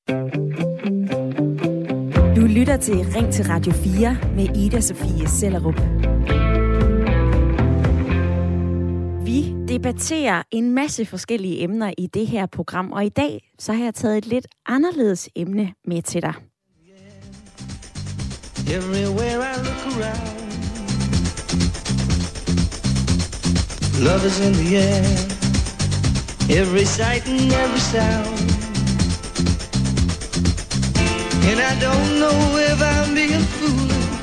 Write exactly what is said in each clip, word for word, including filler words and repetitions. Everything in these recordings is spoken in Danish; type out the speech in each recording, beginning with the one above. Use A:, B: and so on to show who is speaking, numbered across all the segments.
A: Du lytter til Ring til Radio fire med Ida Sofie Sellerup. Vi debatterer en masse forskellige emner i det her program, og i dag så har jeg taget et lidt anderledes emne med til dig.
B: Everywhere I look around, love is in the air, every sight and every sound. And I don't know if I'm being foolish,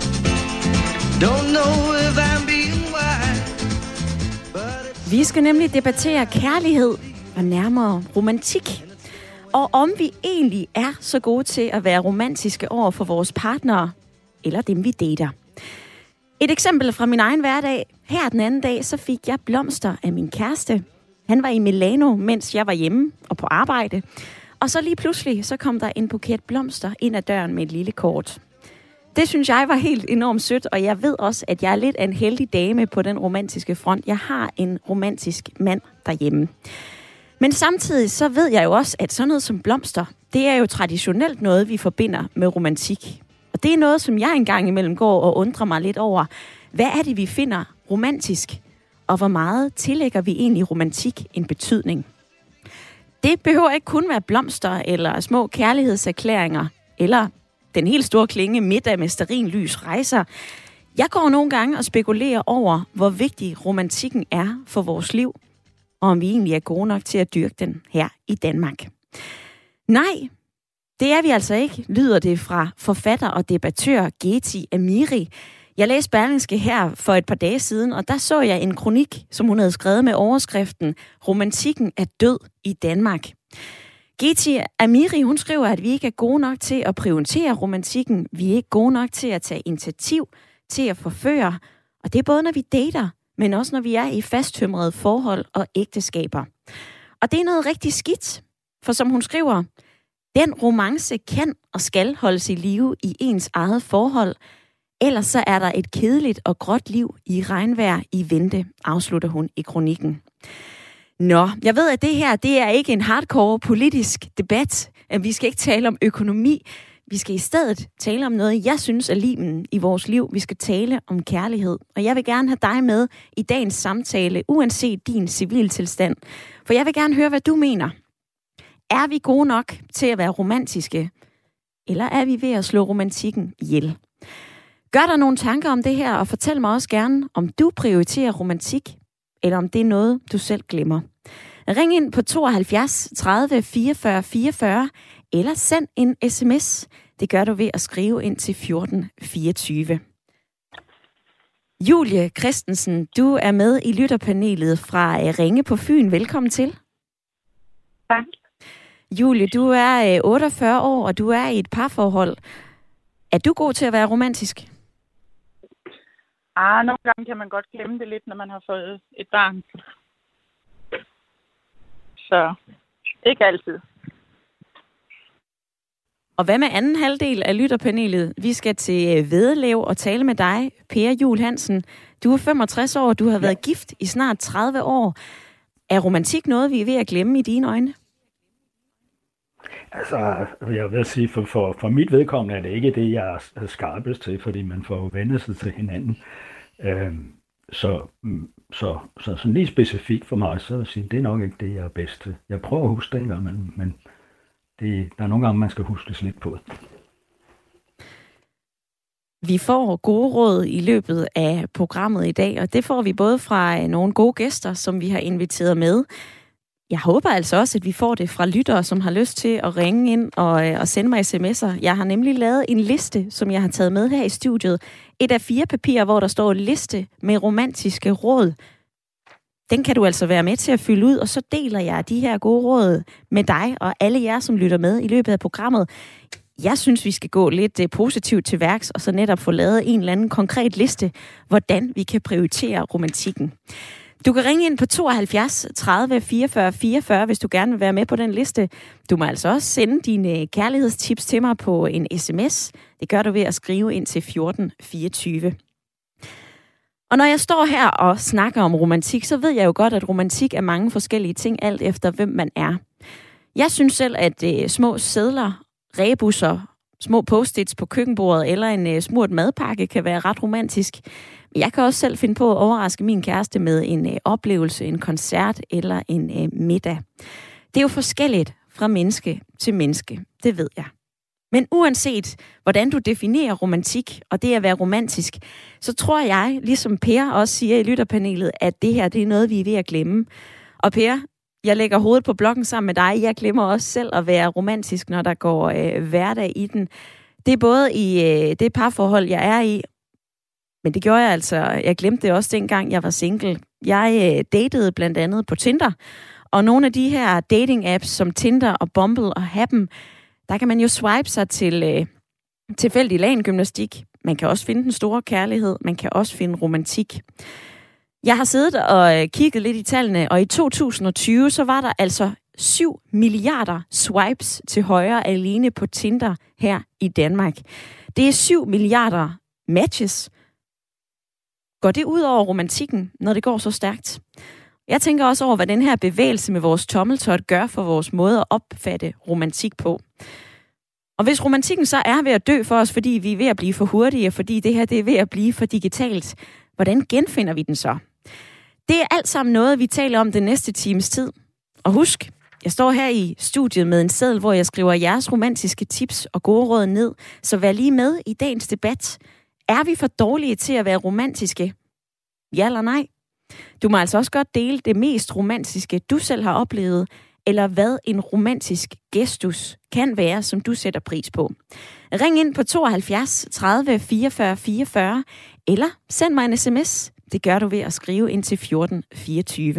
B: don't know if I'm being wise.
A: Vi skal nemlig debattere kærlighed og nærmere romantik. Og om vi egentlig er så gode til at være romantiske over for vores partnere, eller dem vi dater. Et eksempel fra min egen hverdag. Her den anden dag, så fik jeg blomster af min kæreste. Han var i Milano, mens jeg var hjemme og på arbejde. Og så lige pludselig, så kom der en buket blomster ind ad døren med et lille kort. Det synes jeg var helt enormt sødt, og jeg ved også, at jeg er lidt af en heldig dame på den romantiske front. Jeg har en romantisk mand derhjemme. Men samtidig så ved jeg jo også, at sådan noget som blomster, det er jo traditionelt noget, vi forbinder med romantik. Og det er noget, som jeg engang imellem går og undrer mig lidt over. Hvad er det, vi finder romantisk? Og hvor meget tillægger vi egentlig romantik en betydning? Det behøver ikke kun være blomster eller små kærlighedserklæringer, eller den helt store klinge middag med stearinlys rejser. Jeg går nogle gange og spekulerer over, hvor vigtig romantikken er for vores liv, og om vi egentlig er gode nok til at dyrke den her i Danmark. Nej, det er vi altså ikke, lyder det fra forfatter og debattør Geti Amiri. Jeg læste Berlingske her for et par dage siden, og der så jeg en kronik, som hun havde skrevet med overskriften "Romantikken er død i Danmark". Geti Amiri, hun skriver, at vi ikke er gode nok til at prioritere romantikken. Vi er ikke gode nok til at tage initiativ til at forføre. Og det er både, når vi dater, men også når vi er i fasttømrede forhold og ægteskaber. Og det er noget rigtig skidt, for som hun skriver, den romance kan og skal holdes i live i ens eget forhold, ellers så er der et kedeligt og gråt liv i regnvejr i vente, afslutter hun i kronikken. Nå, jeg ved, at det her, det er ikke en hardcore politisk debat. Vi skal ikke tale om økonomi. Vi skal i stedet tale om noget, jeg synes er limen i vores liv. Vi skal tale om kærlighed. Og jeg vil gerne have dig med i dagens samtale, uanset din civiltilstand. For jeg vil gerne høre, hvad du mener. Er vi gode nok til at være romantiske? Eller er vi ved at slå romantikken ihjel? Gør dig nogle tanker om det her, og fortæl mig også gerne, om du prioriterer romantik, eller om det er noget, du selv glemmer. Ring ind på tooghalvfjerds tredive fireogfyrre fireogfyrre, eller send en sms. Det gør du ved at skrive ind til fjorten fireogtyve. Julie Christensen, du er med i lytterpanelet fra Ringe på Fyn. Velkommen til.
C: Tak.
A: Julie, du er otteogfyrre år, og du er i et parforhold. Er du god til at være romantisk?
C: Ah, nogle gange kan man godt glemme det lidt, når man har fået et barn. Så ikke altid.
A: Og hvad med anden halvdel af lytterpanelet? Vi skal til Vedelev og tale med dig, Per Juhl Hansen. Du er femogtres år, og du har været ja. gift i snart tredive år. Er romantik noget, vi er ved at glemme i dine øjne?
D: Altså, jeg vil sige, for, for, for mit vedkommende er det ikke det, jeg er skarpest til, fordi man får jo vendt sig til hinanden. Øhm, så, så, så sådan lige specifikt for mig, så vil jeg sige, det er nok ikke det, jeg er bedst til. Jeg prøver at huske det, men, men det, der er nogle gange, man skal huske lidt på det.
A: Vi får gode råd i løbet af programmet i dag, og det får vi både fra nogle gode gæster, som vi har inviteret med. Jeg håber altså også, at vi får det fra lyttere, som har lyst til at ringe ind og, og sende mig sms'er. Jeg har nemlig lavet en liste, som jeg har taget med her i studiet. Et af fire papirer, hvor der står liste med romantiske råd. Den kan du altså være med til at fylde ud, og så deler jeg de her gode råd med dig og alle jer, som lytter med i løbet af programmet. Jeg synes, vi skal gå lidt positivt til værks, og så netop få lavet en eller anden konkret liste, hvordan vi kan prioritere romantikken. Du kan ringe ind på tooghalvfjerds tredive fireogfyrre fireogfyrre, hvis du gerne vil være med på den liste. Du må altså også sende dine kærlighedstips til mig på en sms. Det gør du ved at skrive ind til fjorten fireogtyve. Og når jeg står her og snakker om romantik, så ved jeg jo godt, at romantik er mange forskellige ting, alt efter hvem man er. Jeg synes selv, at øh, små sedler, rebusser, små post-its på køkkenbordet eller en øh, smurt madpakke kan være ret romantisk. Men jeg kan også selv finde på at overraske min kæreste med en øh, oplevelse, en koncert eller en øh, middag. Det er jo forskelligt fra menneske til menneske, det ved jeg. Men uanset hvordan du definerer romantik og det at være romantisk, så tror jeg, ligesom Per også siger i lytterpanelet, at det her det er noget, vi er ved at glemme. Og Per, jeg lægger hovedet på blokken sammen med dig. Jeg glemmer også selv at være romantisk, når der går øh, hverdag i den. Det er både i øh, det parforhold, jeg er i, men det gjorde jeg altså. Jeg glemte det også dengang, jeg var single. Jeg øh, datede blandt andet på Tinder, og nogle af de her dating-apps som Tinder og Bumble og Happen, der kan man jo swipe sig til øh, tilfældig LAN-gymnastik. Man kan også finde den store kærlighed. Man kan også finde romantik. Jeg har siddet og øh, kigget lidt i tallene, og i to tusind og tyve, så var der altså syv milliarder swipes til højre alene på Tinder her i Danmark. Det er syv milliarder matches. Går det ud over romantikken, når det går så stærkt? Jeg tænker også over, hvad den her bevægelse med vores tommeltot gør for vores måde at opfatte romantik på. Og hvis romantikken så er ved at dø for os, fordi vi er ved at blive for hurtige, fordi det her det er ved at blive for digitalt, hvordan genfinder vi den så? Det er alt sammen noget, vi taler om den næste times tid. Og husk, jeg står her i studiet med en seddel, hvor jeg skriver jeres romantiske tips og gode råd ned, så vær lige med i dagens debat. Er vi for dårlige til at være romantiske? Ja eller nej? Du må altså også godt dele det mest romantiske, du selv har oplevet, eller hvad en romantisk gestus kan være, som du sætter pris på. Ring ind på tooghalvfjerds tredive fireogfyrre fireogfyrre, eller send mig en sms. Det gør du ved at skrive ind til fjorten fireogtyve.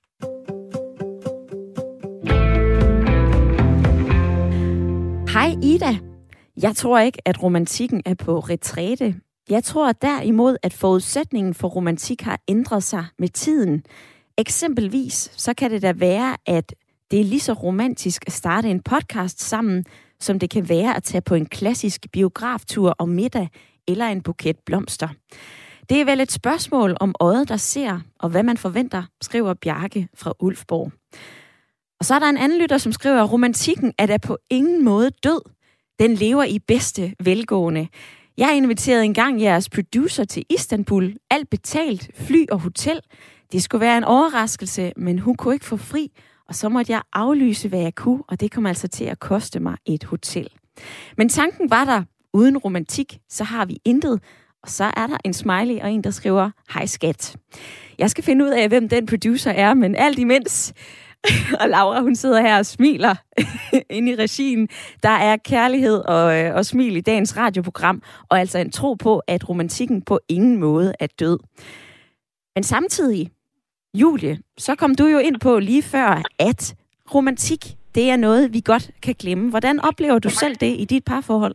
A: Hej Ida. Jeg tror ikke, at romantikken er på retræte. Jeg tror derimod, at forudsætningen for romantik har ændret sig med tiden. Eksempelvis så kan det da være, at det er lige så romantisk at starte en podcast sammen, som det kan være at tage på en klassisk biograftur og middag eller en buket blomster. Det er vel et spørgsmål om øjet, der ser, og hvad man forventer, skriver Bjarke fra Ulfborg. Og så er der en anden lytter, som skriver, at romantikken er da på ingen måde død. Den lever i bedste velgående. Jeg inviterede engang jeres producer til Istanbul. Alt betalt, fly og hotel. Det skulle være en overraskelse, men hun kunne ikke få fri. Og så måtte jeg aflyse, hvad jeg kunne, og det kom altså til at koste mig et hotel. Men tanken var der. Uden romantik, så har vi intet. Og så er der en smiley og en, der skriver, hej skat. Jeg skal finde ud af, hvem den producer er, men alt imens... og Laura, hun sidder her og smiler inde i regien. Der er kærlighed og, og smil i dagens radioprogram, og altså en tro på, at romantikken på ingen måde er død. Men samtidig, Julie, så kom du jo ind på lige før, at romantik, det er noget, vi godt kan glemme. Hvordan oplever du selv det i dit parforhold?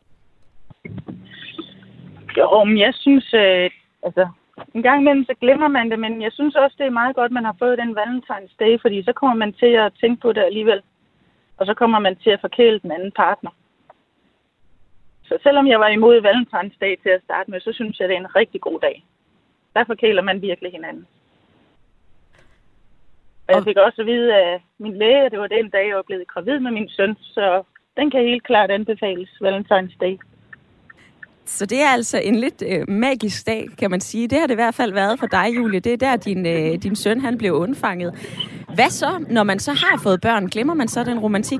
C: Jo, men jeg synes, øh, altså... En gang imellem, så glemmer man det, men jeg synes også, det er meget godt, at man har fået den Valentine's Day, fordi så kommer man til at tænke på det alligevel. Og så kommer man til at forkæle den anden partner. Så selvom jeg var imod Valentine's Day til at starte med, så synes jeg, det er en rigtig god dag. Der forkæler man virkelig hinanden. Og jeg fik også at vide af min læge, at det var den dag, jeg var blevet gravid med min søn, så den kan helt klart anbefales, Valentine's Day.
A: Så det er altså en lidt øh, magisk dag, kan man sige. Det har det i hvert fald været for dig, Julie. Det er der, din, øh, din søn han blev undfanget. Hvad så, når man så har fået børn? Glemmer man så den romantik?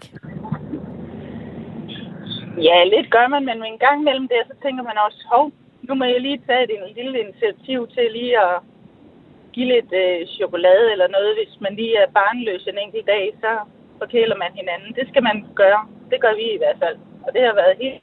C: Ja, lidt gør man, men en gang mellem det, så tænker man også, hov, nu må jeg lige tage et lille initiativ til lige at give lidt øh, chokolade eller noget. Hvis man lige er barnløs en enkelt dag, så forkæler man hinanden. Det skal man gøre. Det gør vi i hvert fald. Og det har været helt...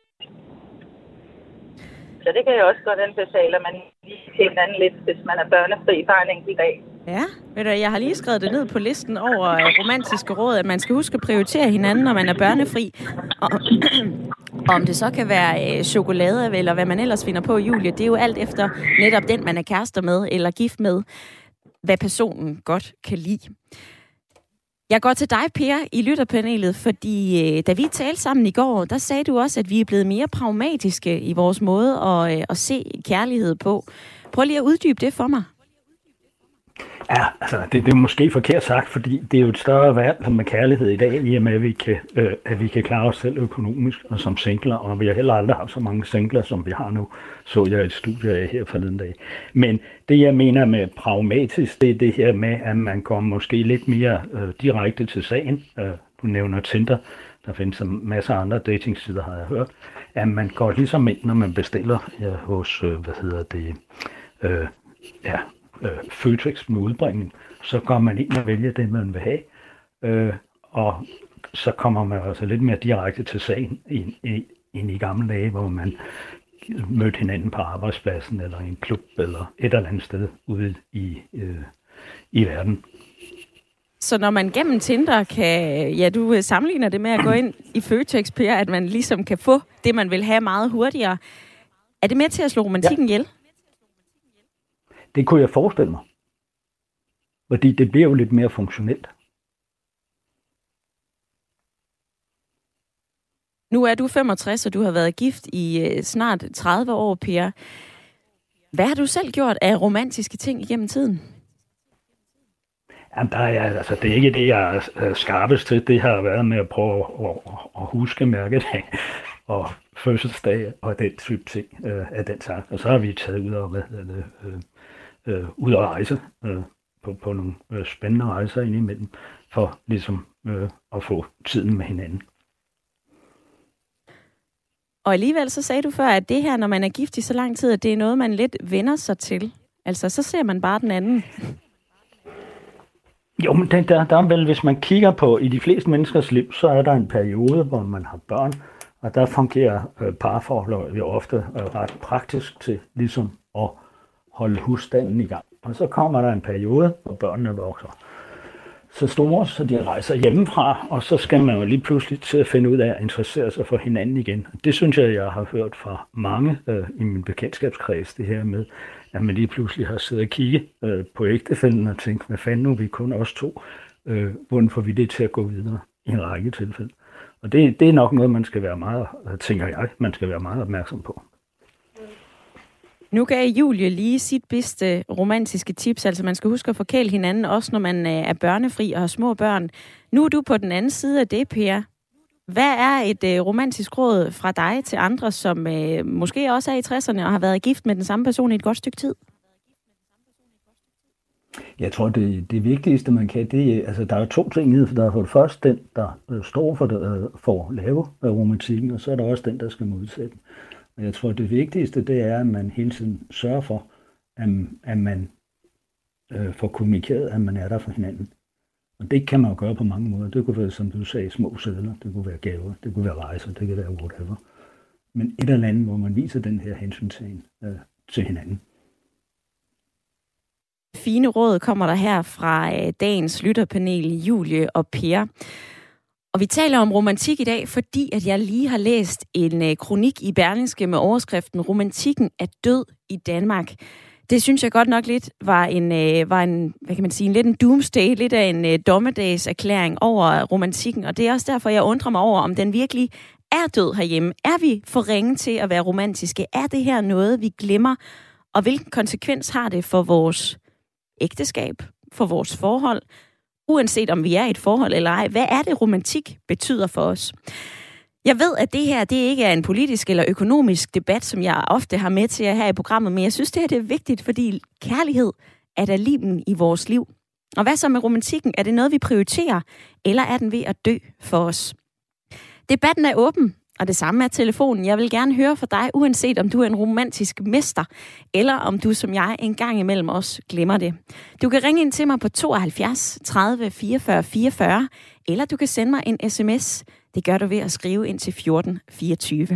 C: Så det kan jeg også godt anbefale, at man lige til hinanden lidt, hvis man er børnefri bare en enkelt dag.
A: Ja, ved du, jeg har lige skrevet det ned på listen over romantiske råd, at man skal huske at prioritere hinanden, når man er børnefri. Og, om det så kan være øh, chokolade, eller hvad man ellers finder på, Julie, det er jo alt efter netop den, man er kærester med, eller gift med, hvad personen godt kan lide. Jeg går til dig, Per, i lytterpanelet, fordi øh, da vi talte sammen i går, der sagde du også, at vi er blevet mere pragmatiske i vores måde at, øh, at se kærlighed på. Prøv lige at uddybe det for mig.
D: Ja, altså, det, det er måske forkert sagt, fordi det er jo et større værd med kærlighed i dag, i og med, at vi kan, øh, at vi kan klare os selv økonomisk og som singler, og vi har heller aldrig haft så mange singler, som vi har nu, så jeg et studie af her forleden dag. Men det, jeg mener med pragmatisk, det er det her med, at man går måske lidt mere øh, direkte til sagen. Øh, du nævner Tinder, der findes en masse andre datingsider, har jeg hørt, at man går ligesom ind, når man bestiller ja, hos, øh, hvad hedder det, øh, ja, Øh, Føtex med udbringning, så går man ind og vælger det, man vil have, øh, og så kommer man altså lidt mere direkte til sagen end i, i, i gamle dage, hvor man mødte hinanden på arbejdspladsen, eller i en klub, eller et eller andet sted ude i, øh, i verden.
A: Så når man gennem Tinder kan, ja, du sammenligner det med at gå ind i Føtex, Per, at man ligesom kan få det, man vil have meget hurtigere. Er det med til at slå romantikken ihjel? Ja.
D: Det kunne jeg forestille mig. Fordi det bliver jo lidt mere funktionelt.
A: Nu er du femogtres, og du har været gift i uh, snart tredive år, Per. Hvad har du selv gjort af romantiske ting igennem tiden?
D: Jamen, der er, altså, det er ikke det, jeg er skarpest til. Det har været med at prøve at, at, at huske mærkedag og fødselsdag og den type ting øh, af den slags. Og så har vi taget ud og hvad hedder det, øh, Øh, ud at rejse øh, på, på nogle øh, spændende rejser indimellem, for ligesom øh, at få tiden med hinanden.
A: Og alligevel så sagde du før, at det her, når man er gift i så lang tid, at det er noget, man lidt vender sig til. Altså, så ser man bare den anden.
D: Jo, men der, der, der er vel, hvis man kigger på, i de fleste menneskers liv, så er der en periode, hvor man har børn, og der fungerer øh, parforhold jo ofte øh, ret praktisk til ligesom at holde husstanden i gang. Og så kommer der en periode, hvor børnene vokser så store, så de rejser hjemmefra, og så skal man jo lige pludselig til at finde ud af at interessere sig for hinanden igen. Det synes jeg, jeg har hørt fra mange øh, i min bekendtskabskreds, det her med, at man lige pludselig har siddet og kigget øh, på ægtefælden og tænkt, hvad fanden nu, vi kun os to, øh, hvordan får vi det til at gå videre i en række tilfælde. Og det, det er nok noget, man skal være meget, tænker jeg, man skal være meget opmærksom på.
A: Nu gav Julie lige sit bedste romantiske tips, altså man skal huske at forkæle hinanden, også når man er børnefri og har små børn. Nu er du på den anden side af det, Per. Hvad er et øh, romantisk råd fra dig til andre, som øh, måske også er i tresserne og har været gift med den samme person i et godt stykke tid?
D: Jeg tror, det, det vigtigste, man kan, det er, altså der er to ting i det. Der er for det første den, der øh, står for, det, øh, for at lave øh, romantikken, og så er der også den, der skal modsætte. Og jeg tror, det vigtigste, det er, at man hele tiden sørger for, at, at man øh, får kommunikeret, at man er der for hinanden. Og det kan man jo gøre på mange måder. Det kunne være, som du sagde, små sedler, det kunne være gaver, det kunne være rejser, det kan være whatever. Men et eller andet, hvor man viser den her hensyntagen øh, til hinanden.
A: Fine råd kommer der her fra øh, dagens lytterpanel, Julie og Per. Og vi taler om romantik i dag, fordi at jeg lige har læst en øh, kronik i Berlingske med overskriften "Romantikken er død i Danmark". Det synes jeg godt nok lidt var en, øh, var en hvad kan man sige, en lidt en doomsday, lidt af en øh, dommedagserklæring over romantikken. Og det er også derfor, jeg undrer mig over, om den virkelig er død herhjemme. Er vi for ringe til at være romantiske? Er det her noget, vi glemmer? Og hvilken konsekvens har det for vores ægteskab, for vores forhold? Uanset om vi er i et forhold eller ej, hvad er det, romantik betyder for os? Jeg ved, at det her det ikke er en politisk eller økonomisk debat, som jeg ofte har med til her i programmet, men jeg synes, det her det er vigtigt, fordi kærlighed er da limen i vores liv. Og hvad så med romantikken? Er det noget, vi prioriterer, eller er den ved at dø for os? Debatten er åben, og det samme er telefonen. Jeg vil gerne høre fra dig, uanset om du er en romantisk mester, eller om du som jeg en gang imellem også glemmer det. Du kan ringe ind til mig på tooghalvfjerds tredive fireogfyrre fireogfyrre, eller du kan sende mig en sms. Det gør du ved at skrive ind til fjorten fireogtyve.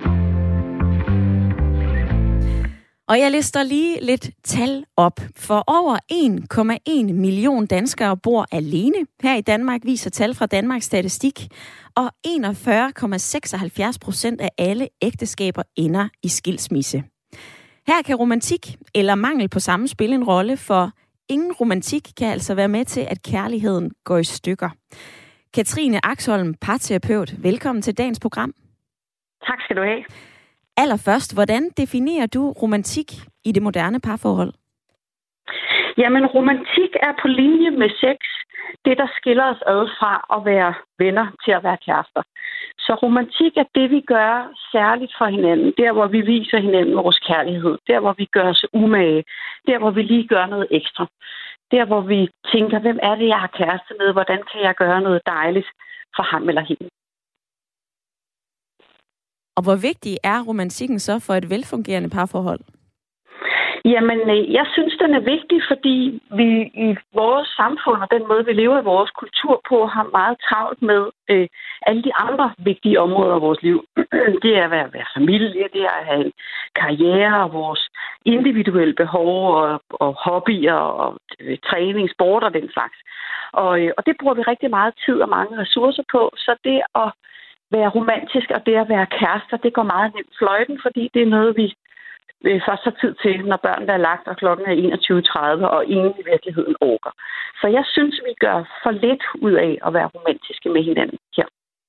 A: Og jeg lister lige lidt tal op. For over en komma en million danskere bor alene. Her i Danmark viser tal fra Danmarks Statistik. Og enogfyrre komma seksoghalvfjerds procent af alle ægteskaber ender i skilsmisse. Her kan romantik eller mangel på samme spille en rolle, for ingen romantik kan altså være med til, at kærligheden går i stykker. Katrine Axholm, parterapeut, velkommen til dagens program.
E: Tak skal du have.
A: Allerførst, hvordan definerer du romantik i det moderne parforhold?
E: Jamen, romantik er på linje med sex. Det, der skiller os ad fra at være venner til at være kærester. Så romantik er det, vi gør særligt for hinanden. Der, hvor vi viser hinanden vores kærlighed. Der, hvor vi gør os umage. Der, hvor vi lige gør noget ekstra. Der, hvor vi tænker, hvem er det, jeg har kæreste med? Hvordan kan jeg gøre noget dejligt for ham eller hende?
A: Og hvor vigtig er romantikken så for et velfungerende parforhold?
E: Jamen, jeg synes, den er vigtig, fordi vi i vores samfund og den måde, vi lever i vores kultur på, har meget travlt med øh, alle de andre vigtige områder af vores liv. Det er at være, være familie, det er at have en karriere og vores individuelle behov og, og hobbyer og øh, træning, sport og den slags. Og, øh, og det bruger vi rigtig meget tid og mange ressourcer på, så det at være romantisk og det at være kærester, det går meget nemt fløjten, fordi det er noget, vi først har tid til, når børnene er lagt, og klokken er enogtyve tredive, og ingen i virkeligheden orker. Så jeg synes, vi gør for lidt ud af at være romantiske med hinanden her.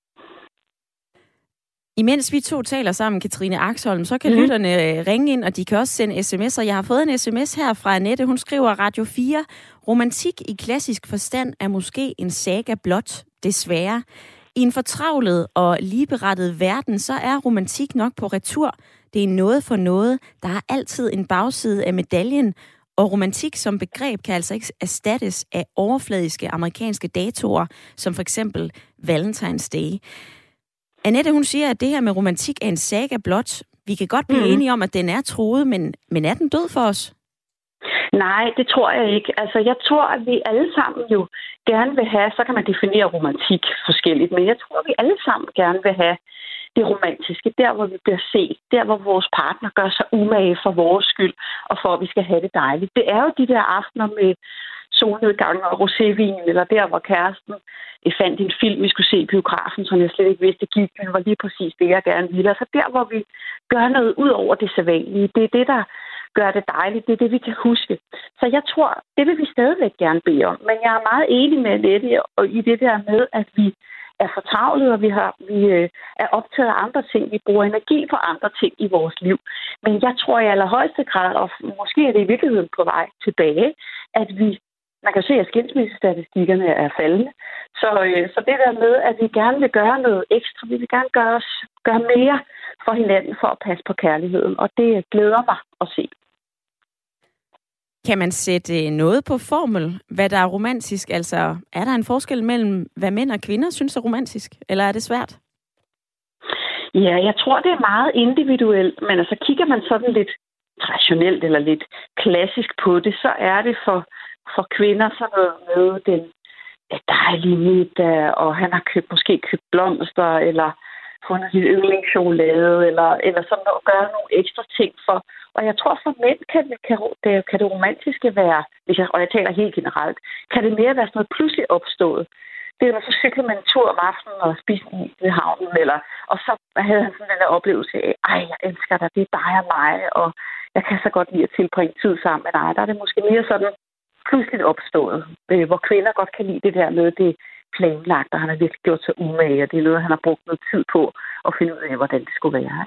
A: Imens vi to taler sammen, Katrine Axholm, så kan mm. lytterne ringe ind, og de kan også sende sms'er. Jeg har fået en sms her fra Annette. Hun skriver, Radio fire: romantik i klassisk forstand er måske en saga blot, desværre. I en fortravlet og ligeberettet verden, så er romantik nok på retur. Det er noget for noget. Der er altid en bagside af medaljen, og romantik som begreb kan altså ikke erstattes af overfladiske amerikanske datoer, som for eksempel Valentine's Day. Annette, hun siger, at det her med romantik er en saga blot. Vi kan godt blive mm. enige om, at den er truet, men, men er den død for os?
E: Nej, det tror jeg ikke. Altså, jeg tror, at vi alle sammen jo gerne vil have, så kan man definere romantik forskelligt, men jeg tror, at vi alle sammen gerne vil have det romantiske, der hvor vi bliver set, der hvor vores partner gør sig umage for vores skyld, og for at vi skal have det dejligt. Det er jo de der aftener med solnedgang og rosévin, eller der hvor kæresten jeg fandt en film, vi skulle se i biografen, som jeg slet ikke vidste gik, men var lige præcis det, jeg gerne ville. Altså der hvor vi gør noget ud over det sædvanlige, det er det, der gør det dejligt, det er det, vi kan huske. Så jeg tror, det vil vi stadigvæk gerne bede om, men jeg er meget enig med Annette i det der med, at vi er fortravlet, og vi, har, vi øh, er optaget af andre ting. Vi bruger energi på andre ting i vores liv. Men jeg tror i allerhøjeste grad, og måske er det i virkeligheden på vej tilbage, at vi, man kan se, at skilsmissestatistikkerne er faldende. Så, øh, så det der med, at vi gerne vil gøre noget ekstra, vi vil gerne gøre, os, gøre mere for hinanden for at passe på kærligheden, og det glæder mig at se.
A: Kan man sætte noget på formel, hvad der er romantisk? Altså, er der en forskel mellem, hvad mænd og kvinder synes er romantisk? Eller er det svært?
E: Ja, jeg tror, det er meget individuelt. Men altså, kigger man sådan lidt traditionelt eller lidt klassisk på det, så er det for, for kvinder sådan noget med den dejlige middag, og han har købt, måske købt blomster, eller fundet sit yndlingschokolade, eller, eller sådan noget, gøre nogle ekstra ting for. Og jeg tror, for mænd kan det, kan, det, kan det romantiske være, hvis jeg, og jeg taler helt generelt, kan det mere være sådan noget pludselig opstået. Det er, når så cykler man en tur om aftenen og spiser is ved havnen, eller, og så havde han sådan den der oplevelse af, ej, jeg elsker dig, det er dig og mig, og jeg kan så godt lide at tilbringe tid sammen med dig. Der er det måske mere sådan pludselig opstået, øh, hvor kvinder godt kan lide det der med det planlagt, og han har virkelig gjort sig umage, og det er noget, han har brugt noget tid på at finde ud af, hvordan det skulle være.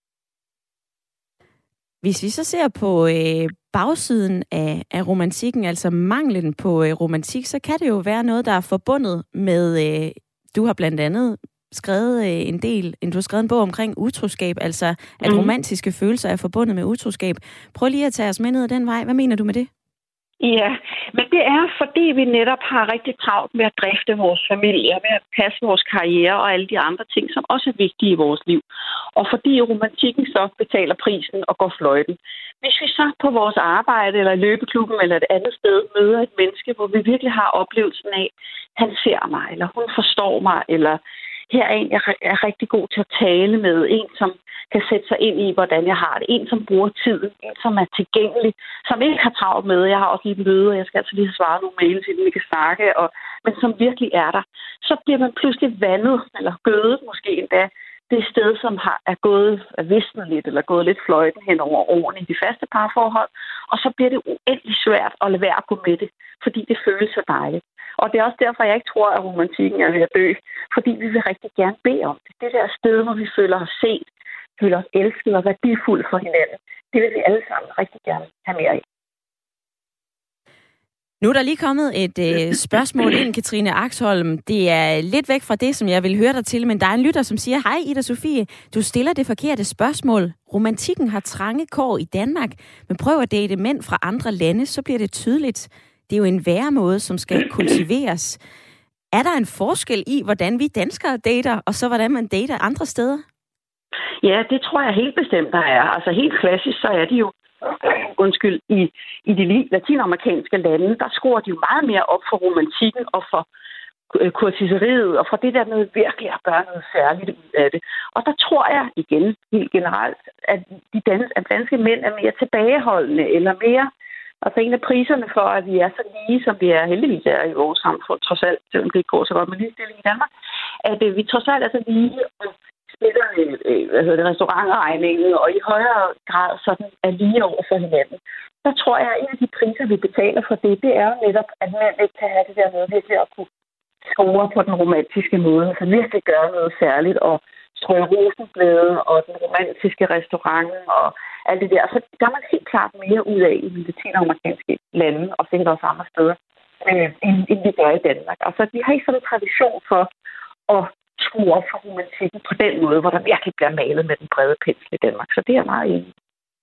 A: Hvis vi så ser på øh, bagsiden af, af romantikken, altså manglen på øh, romantik, så kan det jo være noget, der er forbundet med, øh, du har blandt andet skrevet øh, en del, du har skrevet en bog omkring utroskab, altså at mm. romantiske følelser er forbundet med utroskab. Prøv lige at tage os med ned ad den vej. Hvad mener du med det?
E: Ja, men det er, fordi vi netop har rigtig travlt med at drifte vores familie, med at passe vores karriere og alle de andre ting, som også er vigtige i vores liv. Og fordi romantikken så betaler prisen og går fløjten. Hvis vi så på vores arbejde, eller i løbeklubben, eller et andet sted møder et menneske, hvor vi virkelig har oplevelsen af, han ser mig, eller hun forstår mig, eller her er en, jeg er rigtig god til at tale med, en, som kan sætte sig ind i, hvordan jeg har det. En, som bruger tiden. En, som er tilgængelig. Som ikke har travlt med. Jeg har også lige møde, og jeg skal altså lige have svaret nogle mails, inden vi kan snakke. Og, men som virkelig er der. Så bliver man pludselig vandet, eller gødet måske endda, det sted, som har, er gået er visnet lidt, eller gået lidt fløjten hen over årene i de faste parforhold. Og så bliver det uendelig svært at lade være at gå med det, fordi det føles så dejligt. Og det er også derfor, jeg ikke tror, at romantikken er ved at dø, fordi vi vil rigtig gerne bede om det. Det der sted, hvor vi føler os set, føler os elsket og værdifulde for hinanden, det vil vi alle sammen rigtig gerne have mere af.
A: Nu er der lige kommet et øh, spørgsmål ind, Katrine Axholm. Det er lidt væk fra det, som jeg vil høre dig til, men der er en lytter, som siger, hej Ida Sofie, du stiller det forkerte spørgsmål. Romantikken har trange kår i Danmark, men prøv at date mænd fra andre lande, så bliver det tydeligt. Det er jo en væremåde, som skal kultiveres. Er der en forskel i, hvordan vi danskere dater, og så hvordan man dater andre steder?
E: Ja, det tror jeg helt bestemt, der er. Altså helt klassisk, så er de jo undskyld, i, i de latinamerikanske lande, der skruer de jo meget mere op for romantikken og for kurtiseriet og for det der med virkelig at gøre noget særligt ud af det. Og der tror jeg igen, helt generelt, at de dans, at danske mænd er mere tilbageholdende eller mere. Altså en af priserne for, at vi er så lige, som vi er heldigvis er i vores samfund, trods alt, selvom det ikke går så godt med ligestilling i Danmark, at vi trods alt er så lige og spiller hvad hedder det, restaurantregningen, og i højere grad sådan er lige over for hinanden. Der tror jeg, at en af de priser, vi betaler for det, det er jo netop, at mænd ikke kan have det der med virkelig at kunne score på den romantiske måde, så virkelig gøre noget særligt, og strø rosenblade, og den romantiske restaurant, og alt det der. Så gør man helt klart mere ud af i de latinamerikanske lande, og sikkert også andre steder, øh, end, end vi gør i Danmark. Altså, vi har ikke sådan en tradition for at skrue op for romantikken på den måde, hvor der virkelig bliver malet med den brede pensel i Danmark. Så det er meget enig.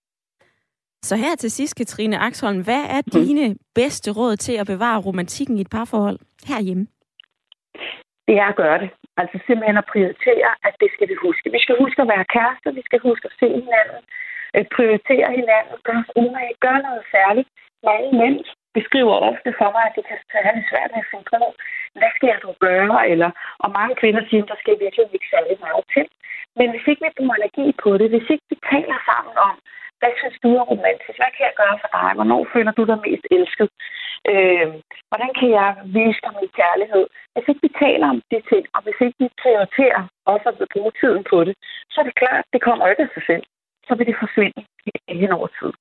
A: Så her til sidst, Katrine Axholm, hvad er mm. dine bedste råd til at bevare romantikken i et parforhold herhjemme?
E: Det er at gøre det. Altså simpelthen at prioritere, at det skal vi huske. Vi skal huske at være kærester, vi skal huske at se hinanden, prioritere hinanden, gøre os umage, gøre noget særligt. Mange mænd beskriver ofte for mig, at det kan have det svært med at finde på, hvad skal jeg dog gøre? Eller, og mange kvinder siger, at der skal virkelig ikke særlig meget til. Men hvis ikke vi bruger energi på det, hvis ikke vi taler sammen om, hvad synes du er romantisk? Hvad kan jeg gøre for dig? Hvornår føler du dig mest elsket? Øh, hvordan kan jeg vise dig min kærlighed? Hvis ikke vi taler om de ting, og hvis ikke vi prioriterer også at bruge tiden på det, så er det klart, at det kommer ikke af sig selv. Så vil det forsvinde hen over tid.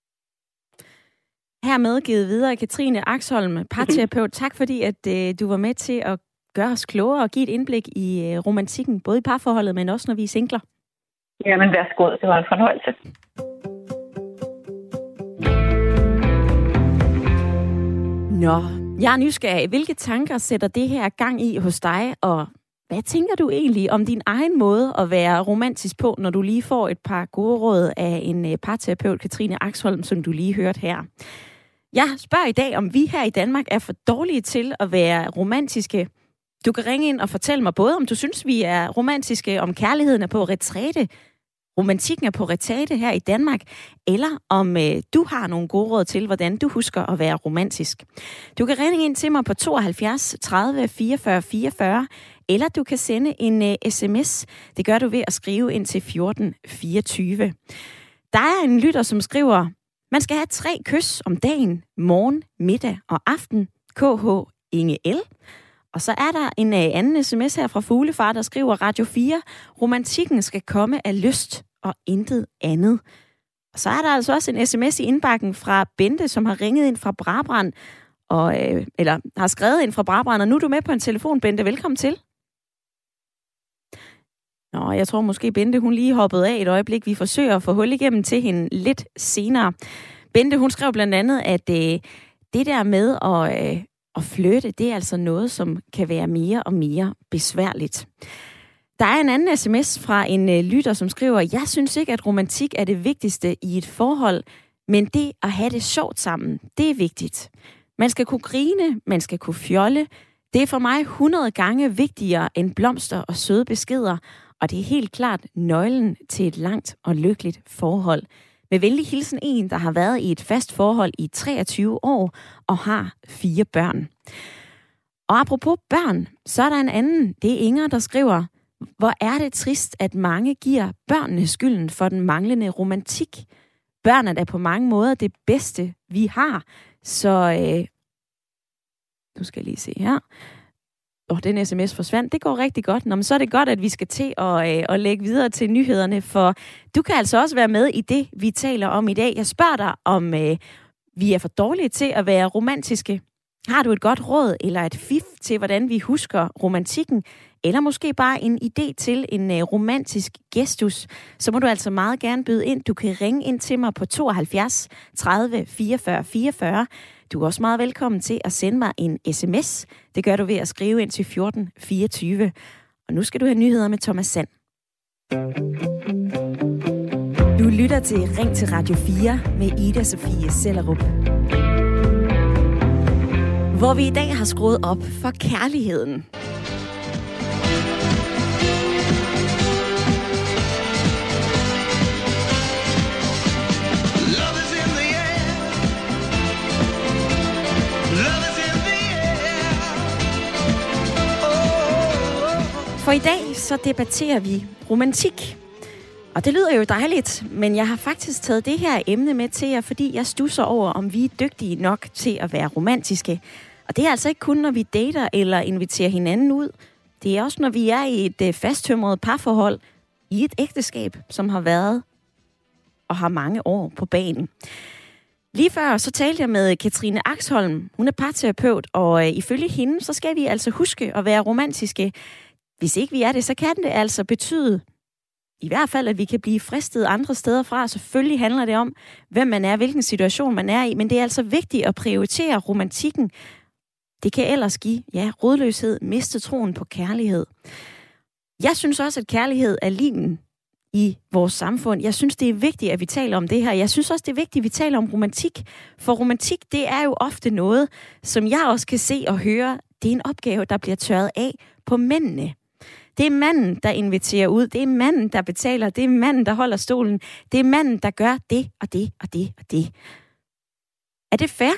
A: Hermed givet videre, Katrine Axholm, parterapeut. Tak fordi, at øh, du var med til at gøre os klogere og give et indblik i øh, romantikken, både i parforholdet, men også når vi er singler.
E: Jamen, værsgo. Det var en fornøjelse.
A: Nå, jeg er nysgerrig. Hvilke tanker sætter det her gang i hos dig, og hvad tænker du egentlig om din egen måde at være romantisk på, når du lige får et par gode råd af en parterapeut, Katrine Axholm, som du lige hørte her? Jeg spørger i dag, om vi her i Danmark er for dårlige til at være romantiske. Du kan ringe ind og fortælle mig både, om du synes, vi er romantiske, om kærligheden er på retræte, romantikken er på retræte her i Danmark, eller om øh, du har nogle gode råd til, hvordan du husker at være romantisk. Du kan ringe ind til mig på tooghalvfjerds tredive fireogfyrre fireogfyrre, eller du kan sende en øh, sms. Det gør du ved at skrive ind til fjorten fireogtyve. Der er en lytter, som skriver, man skal have tre kys om dagen, morgen, middag og aften. K H Inge L. Og så er der en øh, anden sms her fra Fuglefar, der skriver Radio fire, romantikken skal komme af lyst og intet andet. Og så er der altså også en sms i indbakken fra Bente, som har ringet ind fra Brabrand, og, øh, eller har skrevet ind fra Brabrand, og nu er du med på en telefon, Bente. Velkommen til. Nå, jeg tror måske, Bente, hun lige hoppede af et øjeblik. Vi forsøger at få hul igennem til hende lidt senere. Bente, hun skrev blandt andet, at øh, det der med at, øh, at flytte, det er altså noget, som kan være mere og mere besværligt. Der er en anden sms fra en øh, lytter, som skriver, jeg synes ikke, at romantik er det vigtigste i et forhold, men det at have det sjovt sammen, det er vigtigt. Man skal kunne grine, man skal kunne fjolle. Det er for mig hundrede gange vigtigere end blomster og søde beskeder, og det er helt klart nøglen til et langt og lykkeligt forhold. Med venlig hilsen en, der har været i et fast forhold i treogtyve år og har fire børn. Og apropos børn, så er der en anden. Det er Inger, der skriver, hvor er det trist, at mange giver børnene skylden for den manglende romantik. Børn er da på mange måder det bedste, vi har. Så, øh, nu skal jeg lige se her. Åh, oh, den sms forsvandt. Det går rigtig godt. Nå, men så er det godt, at vi skal til at, øh, at lægge videre til nyhederne, for du kan altså også være med i det, vi taler om i dag. Jeg spørger dig, om øh, vi er for dårlige til at være romantiske. Har du et godt råd eller et fif til, hvordan vi husker romantikken, eller måske bare en idé til en uh, romantisk gestus, så må du altså meget gerne byde ind. Du kan ringe ind til mig på tooghalvfjerds tredive fireogfyrre fireogfyrre. Du er også meget velkommen til at sende mig en sms. Det gør du ved at skrive ind til fjorten fireogtyve. Og nu skal du have nyheder med Thomas Sand. Du lytter til Ring til Radio fire med Ida Sofie Sellerup. Hvor vi i dag har skruet op for kærligheden. For i dag så debatterer vi romantik. Og det lyder jo dejligt, men jeg har faktisk taget det her emne med til jer, fordi jeg stusser over, om vi er dygtige nok til at være romantiske. Og det er altså ikke kun, når vi dater eller inviterer hinanden ud. Det er også, når vi er i et fasttømret parforhold, i et ægteskab, som har været og har mange år på banen. Lige før så talte jeg med Katrine Axholm. Hun er parterapeut, og øh, ifølge hende, så skal vi altså huske at være romantiske. Hvis ikke vi er det, så kan det altså betyde, i hvert fald, at vi kan blive fristet andre steder fra. Selvfølgelig handler det om, hvem man er, hvilken situation man er i, men det er altså vigtigt at prioritere romantikken. Det kan ellers give, ja, rodløshed, miste troen på kærlighed. Jeg synes også, at kærlighed er limen i vores samfund. Jeg synes, det er vigtigt, at vi taler om det her. Jeg synes også, det er vigtigt, at vi taler om romantik. For romantik, det er jo ofte noget, som jeg også kan se og høre, det er en opgave, der bliver tørret af på mændene. Det er manden, der inviterer ud. Det er manden, der betaler. Det er manden, der holder stolen. Det er manden, der gør det og det og det og det. Er det fair?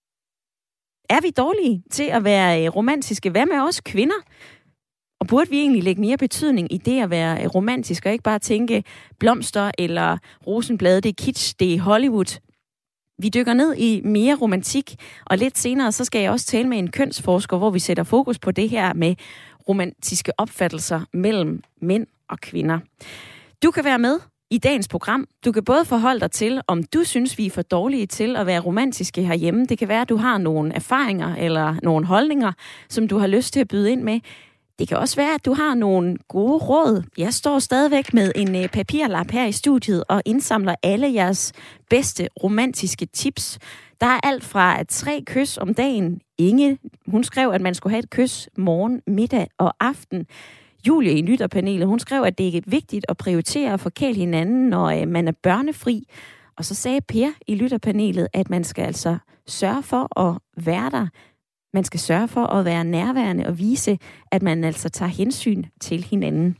A: Er vi dårlige til at være romantiske? Hvad med os kvinder? Og burde vi egentlig lægge mere betydning i det at være romantisk, og ikke bare tænke blomster eller rosenblade, det er kitsch, det er Hollywood. Vi dykker ned i mere romantik, og lidt senere så skal jeg også tale med en kønsforsker, hvor vi sætter fokus på det her med romantiske opfattelser mellem mænd og kvinder. Du kan være med i dagens program. Du kan både forholde dig til, om du synes, vi er for dårlige til at være romantiske herhjemme. Det kan være, at du har nogle erfaringer eller nogle holdninger, som du har lyst til at byde ind med. Det kan også være, at du har nogle gode råd. Jeg står stadigvæk med en papirlap her i studiet og indsamler alle jeres bedste romantiske tips. Der er alt fra at tre kys om dagen. Inge, hun skrev, at man skulle have et kys morgen, middag og aften. Julie i lytterpanelet, hun skrev, at det er vigtigt at prioritere at forkæle hinanden, når man er børnefri. Og så sagde Per i lytterpanelet, at man skal altså sørge for at være der. Man skal sørge for at være nærværende og vise, at man altså tager hensyn til hinanden.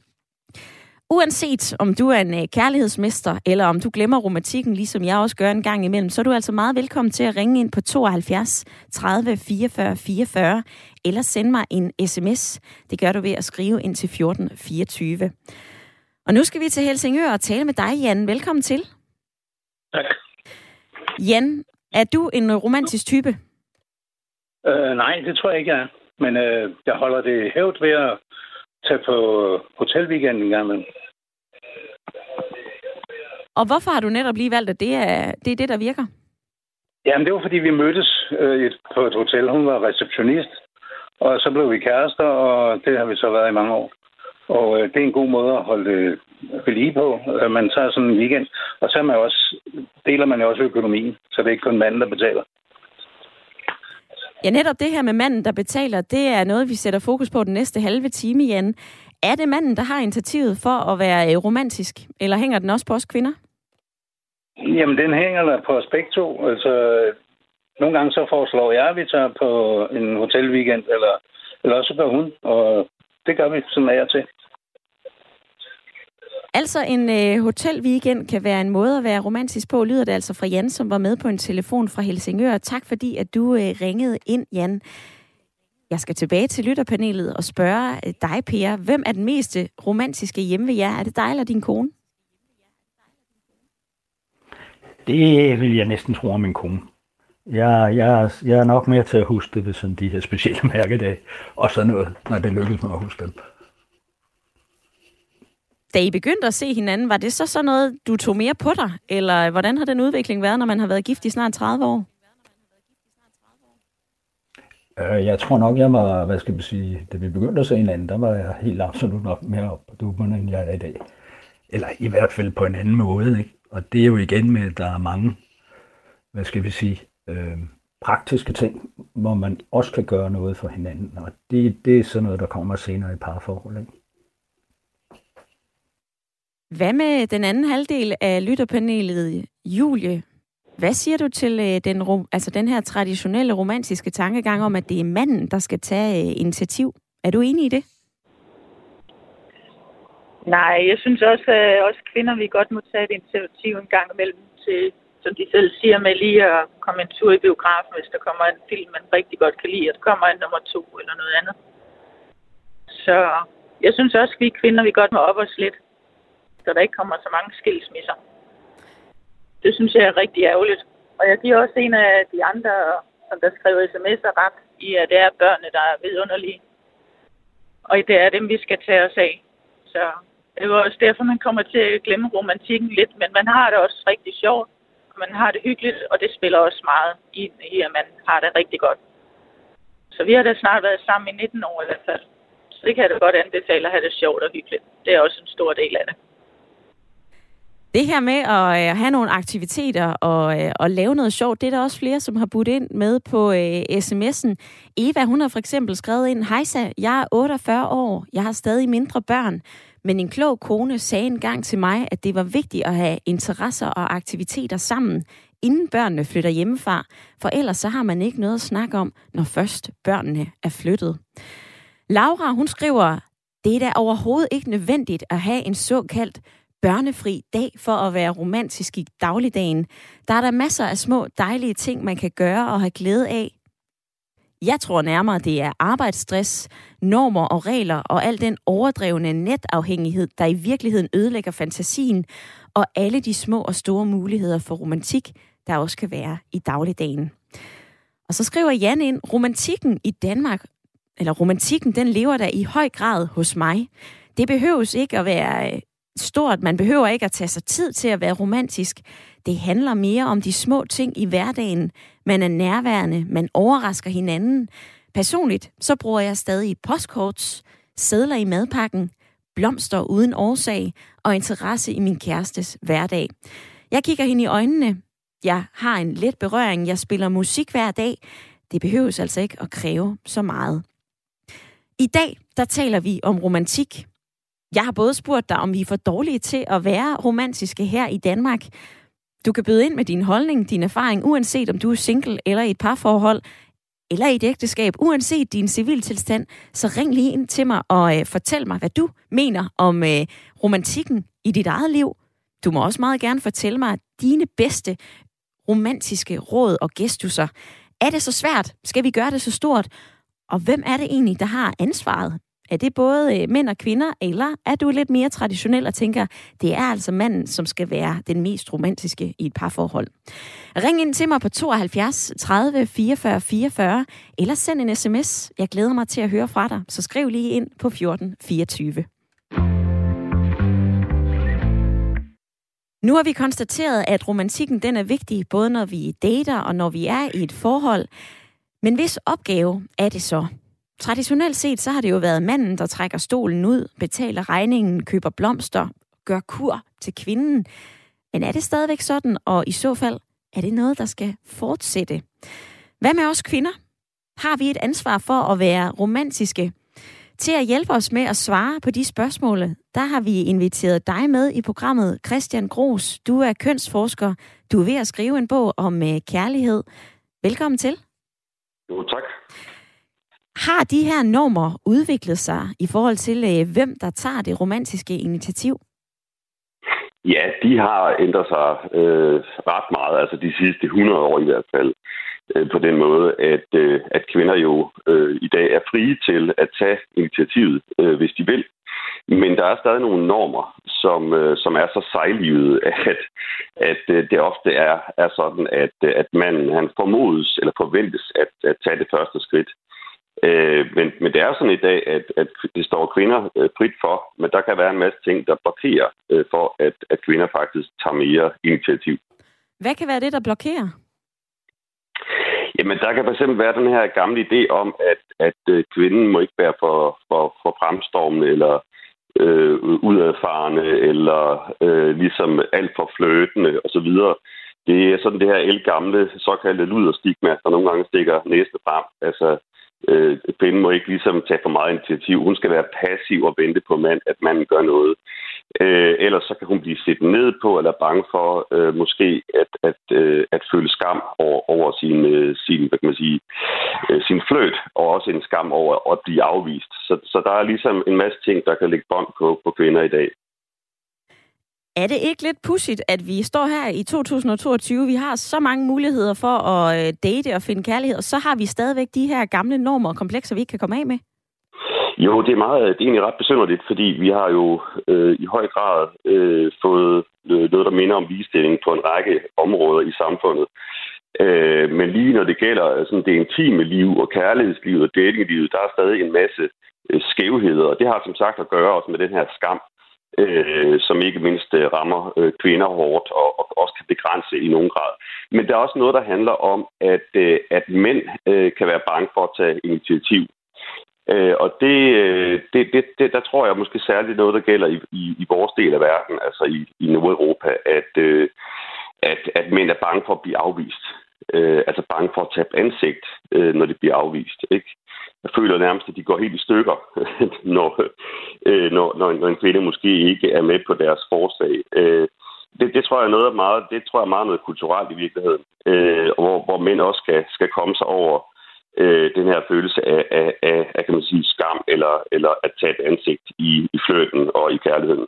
A: Uanset om du er en kærlighedsmester, eller om du glemmer romantikken, ligesom jeg også gør en gang imellem, så er du altså meget velkommen til at ringe ind på tooghalvfjerds tredive fireogfyrre fireogfyrre, eller sende mig en sms. Det gør du ved at skrive ind til fjorten fireogtyve. Og nu skal vi til Helsingør og tale med dig, Jan. Velkommen til.
F: Tak.
A: Jan, er du en romantisk type?
F: Uh, nej, det tror jeg ikke, jeg er. Men uh, jeg holder det hævd ved at tage på hotelweekend en gang imellem.
A: Og hvorfor har du netop lige valgt, at det er det, er det der virker?
F: Jamen, det var, fordi vi mødtes uh, et, på et hotel. Hun var receptionist, og så blev vi kærester, og det har vi så været i mange år. Og uh, det er en god måde at holde det ved lige på. Uh, man tager sådan en weekend, og så er man også, deler man jo også økonomien, så det er ikke kun manden, der betaler.
A: Ja, netop det her med manden, der betaler, det er noget, vi sætter fokus på den næste halve time, Jan. Er det manden, der har initiativet for at være romantisk, eller hænger den også på os kvinder?
F: Jamen, den hænger der på os begge to. Altså, nogle gange så foreslår jeg, at vi tager på en hotelweekend, eller, eller også gør hun, og det gør vi sådan af og til.
A: Altså en øh, hotelweekend kan være en måde at være romantisk på, lyder det altså fra Jan, som var med på en telefon fra Helsingør. Tak fordi, at du øh, ringede ind, Jan. Jeg skal tilbage til lytterpanelet og spørge øh, dig, Per. Hvem er den mest romantiske hjemme ved jer? Er det dig eller din kone?
D: Det vil jeg næsten tro om min kone. Jeg, jeg, jeg er nok mere til at huske det ved sådan de her specielle mærkedage, og sådan noget, når det lykkes mig at huske dem.
A: Da I begyndte at se hinanden, var det så sådan noget, du tog mere på dig? Eller hvordan har den udvikling været, når man har været gift i snart tredive år?
D: Øh, jeg tror nok, jeg var, hvad skal vi sige, da vi begyndte at se hinanden, der var jeg helt absolut nok mere op på dupperne, end jeg er i dag. Eller i hvert fald på en anden måde, ikke? Og det er jo igen med, at der er mange, hvad skal vi sige, øh, praktiske ting, hvor man også kan gøre noget for hinanden. Og det, det er sådan noget, der kommer senere i parforhold, ikke?
A: Hvad med den anden halvdel af lytterpanelet, Julie? Hvad siger du til øh, den, altså den her traditionelle romantiske tankegang om, at det er manden, der skal tage øh, initiativ? Er du enig i det?
C: Nej, jeg synes også, at os kvinder, vi godt må tage et initiativ en gang imellem til, som de selv siger, med lige at komme en tur i biografen, hvis der kommer en film, man rigtig godt kan lide, og der kommer en nummer to eller noget andet. Så jeg synes også, at vi kvinder, vi godt må op os lidt, så der ikke kommer så mange skilsmisser. Det synes jeg er rigtig ærgerligt. Og jeg giver også en af de andre, som der skriver sms'er ret, i at det er børnene, der er vidunderlige. Og det er dem, vi skal tage os af. Så det var også derfor, man kommer til at glemme romantikken lidt. Men man har det også rigtig sjovt, og man har det hyggeligt, og det spiller også meget i, i at man har det rigtig godt. Så vi har da snart været sammen i nitten år i hvert fald. Så det kan jeg da godt anbefale at have det sjovt og hyggeligt. Det er også en stor del af det.
A: Det her med at have nogle aktiviteter og, og lave noget sjovt, det er der også flere, som har budt ind med på uh, sms'en. Eva, hun har for eksempel skrevet ind: Hejsa, jeg er otteogfyrre år, jeg har stadig mindre børn, men en klog kone sagde engang til mig, at det var vigtigt at have interesser og aktiviteter sammen, inden børnene flytter hjemmefra, for ellers så har man ikke noget at snakke om, når først børnene er flyttet. Laura, hun skriver: det er da overhovedet ikke nødvendigt at have en såkaldt børnefri dag for at være romantisk i dagligdagen. Der er der masser af små dejlige ting, man kan gøre og have glæde af. Jeg tror nærmere, det er arbejdsstress, normer og regler og al den overdrevne netafhængighed, der i virkeligheden ødelægger fantasien og alle de små og store muligheder for romantik, der også kan være i dagligdagen. Og så skriver Jan ind: romantikken i Danmark, eller romantikken, den lever der i høj grad hos mig. Det behøves ikke at være stort. Man behøver ikke at tage sig tid til at være romantisk. Det handler mere om de små ting i hverdagen. Man er nærværende, man overrasker hinanden. Personligt, så bruger jeg stadig postkorts, sedler i madpakken, blomster uden årsag og interesse i min kærestes hverdag. Jeg kigger hende i øjnene. Jeg har en let berøring. Jeg spiller musik hver dag. Det behøves altså ikke at kræve så meget. I dag, der taler vi om romantik. Jeg har både spurgt dig, om vi er for dårlige til at være romantiske her i Danmark. Du kan byde ind med din holdning, din erfaring, uanset om du er single eller i et parforhold, eller i et ægteskab, uanset din civiltilstand. Så ring lige ind til mig og øh, fortæl mig, hvad du mener om øh, romantikken i dit eget liv. Du må også meget gerne fortælle mig dine bedste romantiske råd og gestusser. Er det så svært? Skal vi gøre det så stort? Og hvem er det egentlig, der har ansvaret? Er det både mænd og kvinder, eller er du lidt mere traditionel og tænker, det er altså manden, som skal være den mest romantiske i et parforhold? Ring ind til mig på tooghalvfjerds tredive fireogfyrre fireogfyrre, eller send en sms. Jeg glæder mig til at høre fra dig, så skriv lige ind på fjorten fireogtyve. Nu har vi konstateret, at romantikken den er vigtig, både når vi dater og når vi er i et forhold. Men hvis opgave er det så? Traditionelt set, så har det jo været manden, der trækker stolen ud, betaler regningen, køber blomster, gør kur til kvinden. Men er det stadigvæk sådan, og i så fald, er det noget, der skal fortsætte? Hvad med os kvinder? Har vi et ansvar for at være romantiske? Til at hjælpe os med at svare på de spørgsmål, der har vi inviteret dig med i programmet, Christian Gros. Du er kønsforsker. Du er ved at skrive en bog om kærlighed. Velkommen til.
G: Jo, tak.
A: Har de her normer udviklet sig i forhold til, hvem der tager det romantiske initiativ?
G: Ja, de har ændret sig øh, ret meget, altså de sidste hundrede år i hvert fald, øh, på den måde, at, øh, at kvinder jo øh, i dag er frie til at tage initiativet, øh, hvis de vil. Men der er stadig nogle normer, som, øh, som er så sejlivede, at, at øh, det ofte er, er sådan, at, at manden han formodes eller forventes at, at tage det første skridt. Øh, men, men det er jo sådan i dag, at, at det står kvinder øh, frit for, men der kan være en masse ting, der blokerer øh, for, at, at kvinder faktisk tager mere initiativ.
A: Hvad kan være det, der blokerer?
G: Jamen, der kan fx være den her gamle idé om, at, at kvinden må ikke være for, for, for fremstormende, eller øh, udadfarende, eller øh, ligesom alt for fløtende, osv. Det er sådan det her elgamle, såkaldte luderstigma, der nogle gange stikker næste frem. Altså, øh, kvinden må ikke ligesom tage for meget initiativ. Hun skal være passiv og vente på mand, at manden gør noget. Øh, ellers så kan hun blive set ned på, eller bange for øh, måske at, at, øh, at føle skam over, over sin, øh, sin, hvad kan man sige, øh, sin fløt, og også en skam over at blive afvist. Så, så der er ligesom en masse ting, der kan lægge bånd på, på kvinder i dag.
A: Er det ikke lidt pudsigt, at vi står her i to tusind toogtyve, vi har så mange muligheder for at date og finde kærlighed, og så har vi stadigvæk de her gamle normer og komplekser, vi ikke kan komme af med?
G: Jo, det er meget, det er egentlig ret besynderligt, fordi vi har jo øh, i høj grad øh, fået noget, der minder om ligestilling på en række områder i samfundet. Øh, men lige når det gælder sådan det intime liv og kærlighedslivet og datinglivet, der er stadig en masse øh, skævheder, og det har som sagt at gøre også med den her skam, øh, som ikke mindst øh, rammer øh, kvinder hårdt og, og også kan begrænse i nogen grad. Men der er også noget, der handler om, at, øh, at mænd øh, kan være bange for at tage initiativ. Øh, og det, det, det, det, der tror jeg måske særligt noget, der gælder i, i, i vores del af verden, altså i, i Nordeuropa, at, øh, at, at mænd er bange for at blive afvist. Øh, altså bange for at tabe ansigt, øh, når de bliver afvist. Ikke? Jeg føler nærmest, at de går helt i stykker, når, øh, når, når, når en kvinde måske ikke er med på deres forslag. Øh, det, det tror jeg er noget meget, det tror jeg er meget noget kulturelt i virkeligheden, øh, hvor, hvor mænd også skal, skal komme sig over Øh, den her følelse af, af, af, af kan man sige, skam eller, eller at tabe ansigt i, i flirten og i kærligheden.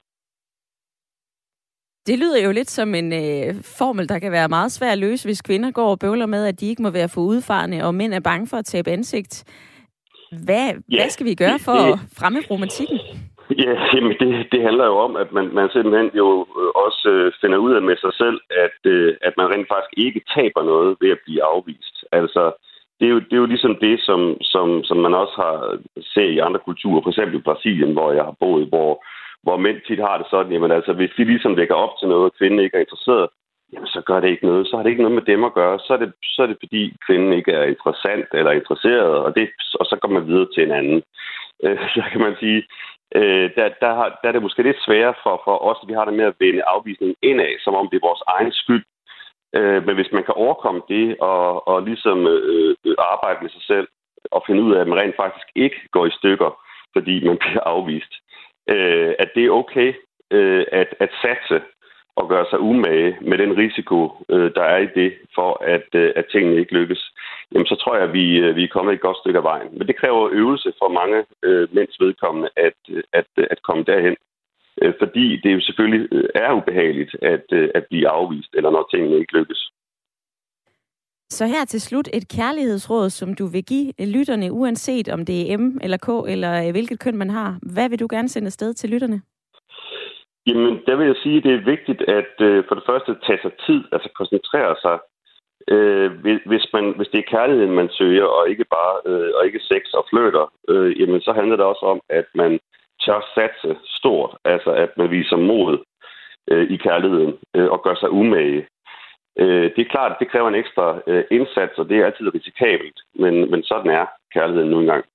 A: Det lyder jo lidt som en øh, formel, der kan være meget svær at løse, hvis kvinder går og bøvler med, at de ikke må være for udfarende, og mænd er bange for at tabe ansigt. Hvad, ja, hvad skal vi gøre for det, at fremme romantikken?
G: Ja, jamen det, det handler jo om, at man, man simpelthen jo også finder ud af med sig selv, at, at man rent faktisk ikke taber noget ved at blive afvist. Altså, Det er, jo, det er jo ligesom det, som, som, som man også har set i andre kulturer, for eksempel i Brasilien, hvor jeg har boet, hvor, hvor mænd tit har det sådan, jamen altså, hvis de ligesom lægger op til noget, og kvinden ikke er interesseret, jamen så gør det ikke noget. Så har det ikke noget med dem at gøre. Så er det, så er det fordi, kvinden ikke er interessant eller interesseret, og, det, og så går man videre til en anden. Øh, så kan man sige, øh, der, der, har, der er det måske lidt sværere for, for os, at vi har det med at vende afvisningen indad, som om det er vores egen skyld. Men hvis man kan overkomme det og, og ligesom øh, arbejde med sig selv og finde ud af, at man rent faktisk ikke går i stykker, fordi man bliver afvist, øh, at det er okay øh, at, at satse og gøre sig umage med den risiko, øh, der er i det, for at, øh, at tingene ikke lykkes, jamen så tror jeg, at vi, øh, vi er kommet et godt stykke af vejen. Men det kræver øvelse for mange øh, mænds vedkommende at, at, at komme derhen. Fordi det jo selvfølgelig er ubehageligt at, at blive afvist, eller når tingene ikke lykkes.
A: Så her til slut et kærlighedsråd, som du vil give lytterne, uanset om det er M eller K, eller hvilket køn man har. Hvad vil du gerne sende afsted til lytterne?
G: Jamen, der vil jeg sige, at det er vigtigt at for det første tage sig tid, altså koncentrere sig. Hvis, man, hvis det er kærligheden, man søger, og ikke bare og ikke sex og flirter, jamen så handler det også om, at man tør satse stort, altså at man viser mod øh, i kærligheden øh, og gør sig umage. Øh, det er klart, at det kræver en ekstra øh, indsats, og det er altid risikabelt, men, men sådan er kærligheden nu engang.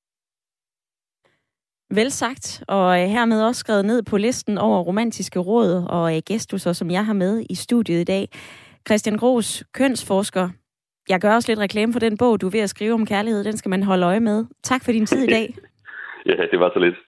A: Vel sagt, og hermed også skrevet ned på listen over romantiske råd og gestusser, som jeg har med i studiet i dag. Christian Gros, kønsforsker. Jeg gør også lidt reklame for den bog, du er ved at skrive om kærlighed. Den skal man holde øje med. Tak for din tid i dag.
G: Ja, det var så lidt.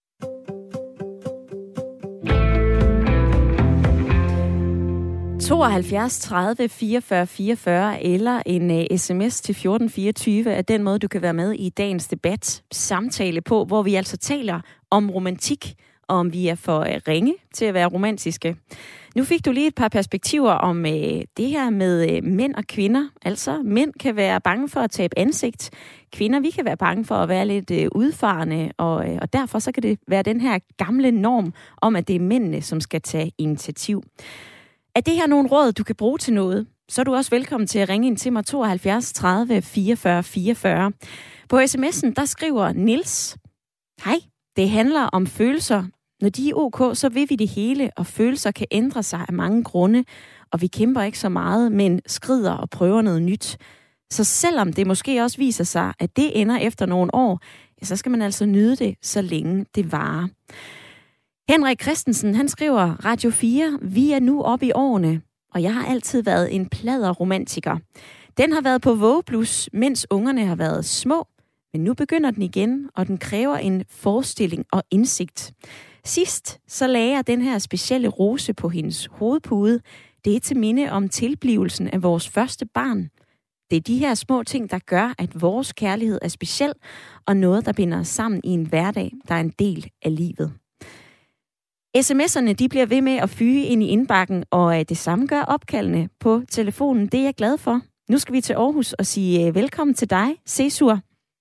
A: tooghalvfjerds tredive fireogfyrre fireogfyrre eller en uh, sms til fjorten fireogtyve er den måde, du kan være med i dagens debat, samtale på, hvor vi altså taler om romantik, og om vi er for uh, ringe til at være romantiske. Nu fik du lige et par perspektiver om uh, det her med uh, mænd og kvinder. Altså, mænd kan være bange for at tabe ansigt. Kvinder, vi kan være bange for at være lidt uh, udfarende, og, uh, og derfor så kan det være den her gamle norm om, at det er mændene, som skal tage initiativ. Er det her nogle råd, du kan bruge til noget, så er du også velkommen til at ringe ind til mig tooghalvfjerds tredive fireogfyrre fireogfyrre. På sms'en, der skriver Niels: Hej, det handler om følelser. Når de er ok, så vil vi det hele, og følelser kan ændre sig af mange grunde, og vi kæmper ikke så meget, men skrider og prøver noget nyt. Så selvom det måske også viser sig, at det ender efter nogle år, ja, så skal man altså nyde det, så længe det varer. Henrik Christensen, han skriver, Radio fire, vi er nu oppe i årene, og jeg har altid været en pladderromantiker. Den har været på Våge Plus, mens ungerne har været små, men nu begynder den igen, og den kræver en forestilling og indsigt. Sidst så lagde jeg den her specielle rose på hendes hovedpude. Det er til minde om tilblivelsen af vores første barn. Det er de her små ting, der gør, at vores kærlighed er speciel, og noget, der binder os sammen i en hverdag, der er en del af livet. sms'erne, de bliver ved med at fyge ind i indbakken, og det samme gør opkaldene på telefonen. Det er jeg glad for. Nu skal vi til Aarhus og sige velkommen til dig, Cesur.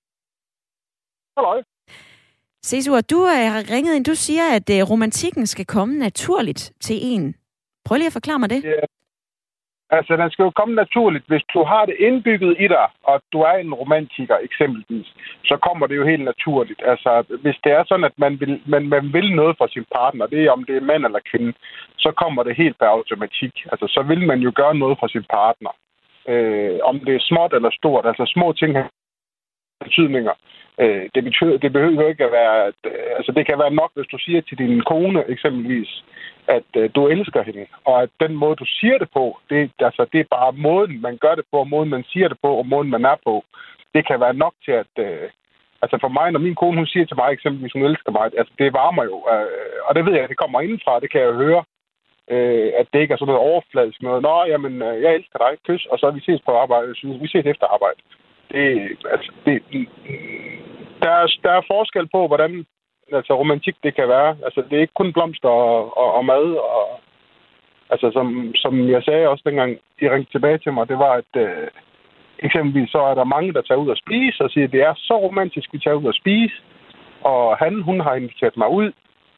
H: Hallo.
A: Cesur, du har ringet ind. Du siger, at romantikken skal komme naturligt til en. Prøv lige at forklare mig det.
H: Yeah. Altså, den skal jo komme naturligt. Hvis du har det indbygget i dig, og du er en romantiker eksempelvis, så kommer det jo helt naturligt. Altså, hvis det er sådan, at man vil, man, man vil noget for sin partner, det er om det er mand eller kvinde, så kommer det helt per automatik. Altså, så vil man jo gøre noget for sin partner. Øh, om det er småt eller stort. Altså, små ting har betydninger. Øh, det, betyder, det behøver jo ikke at være... Altså, det kan være nok, hvis du siger til din kone eksempelvis, at øh, du elsker hende, og at den måde, du siger det på, det, altså, det er bare måden, man gør det på, og måden, man siger det på, og måden, man er på. Det kan være nok til, at... Øh, altså for mig, når min kone, hun siger til mig eksempelvis, hun elsker mig, altså det varmer jo, øh, og det ved jeg, at det kommer indenfra, det kan jeg jo høre, øh, at det ikke er sådan noget overfladisk noget. Nå, jamen, øh, jeg elsker dig, kys, og så vi ses på arbejde, vi ses efter arbejde. Det, altså, det, der, er, der er forskel på, hvordan altså romantik det kan være. Altså, det er ikke kun blomster og, og, og mad. Og, altså, som, som jeg sagde også dengang, I ringte tilbage til mig, det var, at øh, eksempelvis så er der mange, der tager ud og spise, og siger, at det er så romantisk, vi tager ud og spise. Og han, hun har inviteret mig ud.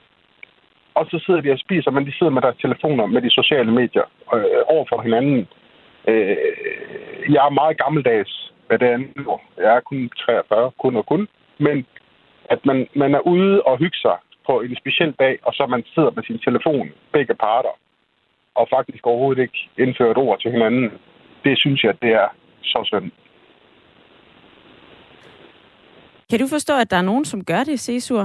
H: Og så sidder de og spiser, men de sidder med deres telefoner, med de sociale medier, øh, over for hinanden. Øh, jeg er meget gammeldags med det andet. Jeg er kun treogfyrre, kun og kun. Men at man, man er ude og hygge sig på en speciel dag, og så man sidder med sin telefon, begge parter, og faktisk overhovedet ikke indfører et ord til hinanden, det synes jeg, det er så synd.
A: Kan du forstå, at der er nogen, som gør det, Cesur?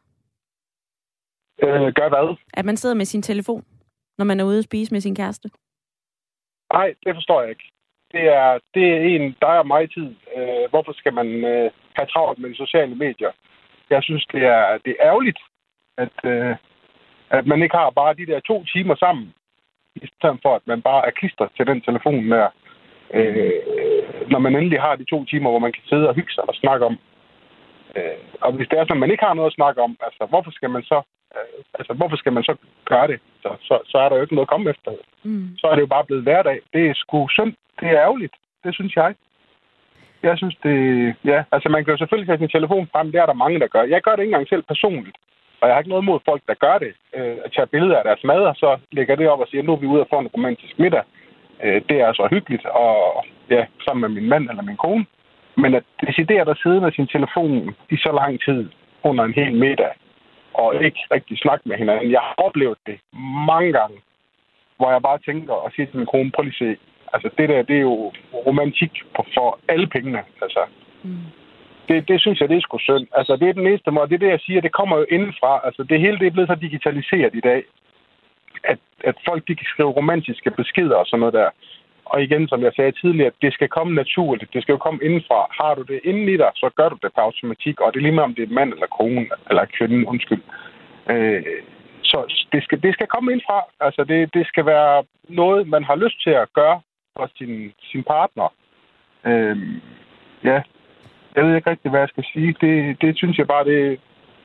H: Øh, gør hvad?
A: At man sidder med sin telefon, når man er ude at spise med sin kæreste?
H: Nej, det forstår jeg ikke. Det er, det er en dig og mig tid. Øh, hvorfor skal man øh, have travlt med de sociale medier? Jeg synes, det er, det er ærgerligt, at, øh, at man ikke har bare de der to timer sammen, i stedet for, at man bare er klistret til den telefon der. Øh, når man endelig har de to timer, hvor man kan sidde og hygge sig og snakke om. Øh, og hvis det er sådan, at man ikke har noget at snakke om, altså, hvorfor skal man så øh, altså, hvorfor skal man så gøre det? Så, så, så er der jo ikke noget at komme efter. Mm. Så er det jo bare blevet hverdag. Det er sgu synd. Det er ærgerligt. Det synes jeg. Jeg synes, det... Ja, altså man kan jo selvfølgelig tage sin telefon frem. Det er der mange, der gør. Jeg gør det ikke engang selv personligt. Og jeg har ikke noget mod folk, der gør det. Øh, at tage billeder af deres mad, og så lægger det op og siger, nu er vi ude og få en romantisk middag. Øh, det er så hyggeligt. Og ja, sammen med min mand eller min kone. Men at decidere der sidde med sin telefon i så lang tid under en hel middag, og ikke rigtig snakke med hinanden. Jeg har oplevet det mange gange, hvor jeg bare tænker og siger til min kone, prøv lige se, altså det der, det er jo romantik for alle pengene. Altså, mm. det, det synes jeg, det er sgu synd. Altså det er den næste måde, det er det, jeg siger, det kommer jo indenfra. Altså det hele, det er blevet så digitaliseret i dag, at, at folk, de kan skrive romantiske beskeder og sådan noget der. Og igen, som jeg sagde tidligere, det skal komme naturligt. Det skal jo komme indenfra. Har du det inden i dig, så gør du det på automatik. Og det er lige med, om det er mand eller kone, eller kvinde, undskyld. Øh, så det skal, det skal komme indenfra. Altså, det, det skal være noget, man har lyst til at gøre for sin, sin partner. Øh, ja, jeg ved ikke rigtig, hvad jeg skal sige. Det, det synes jeg bare, det...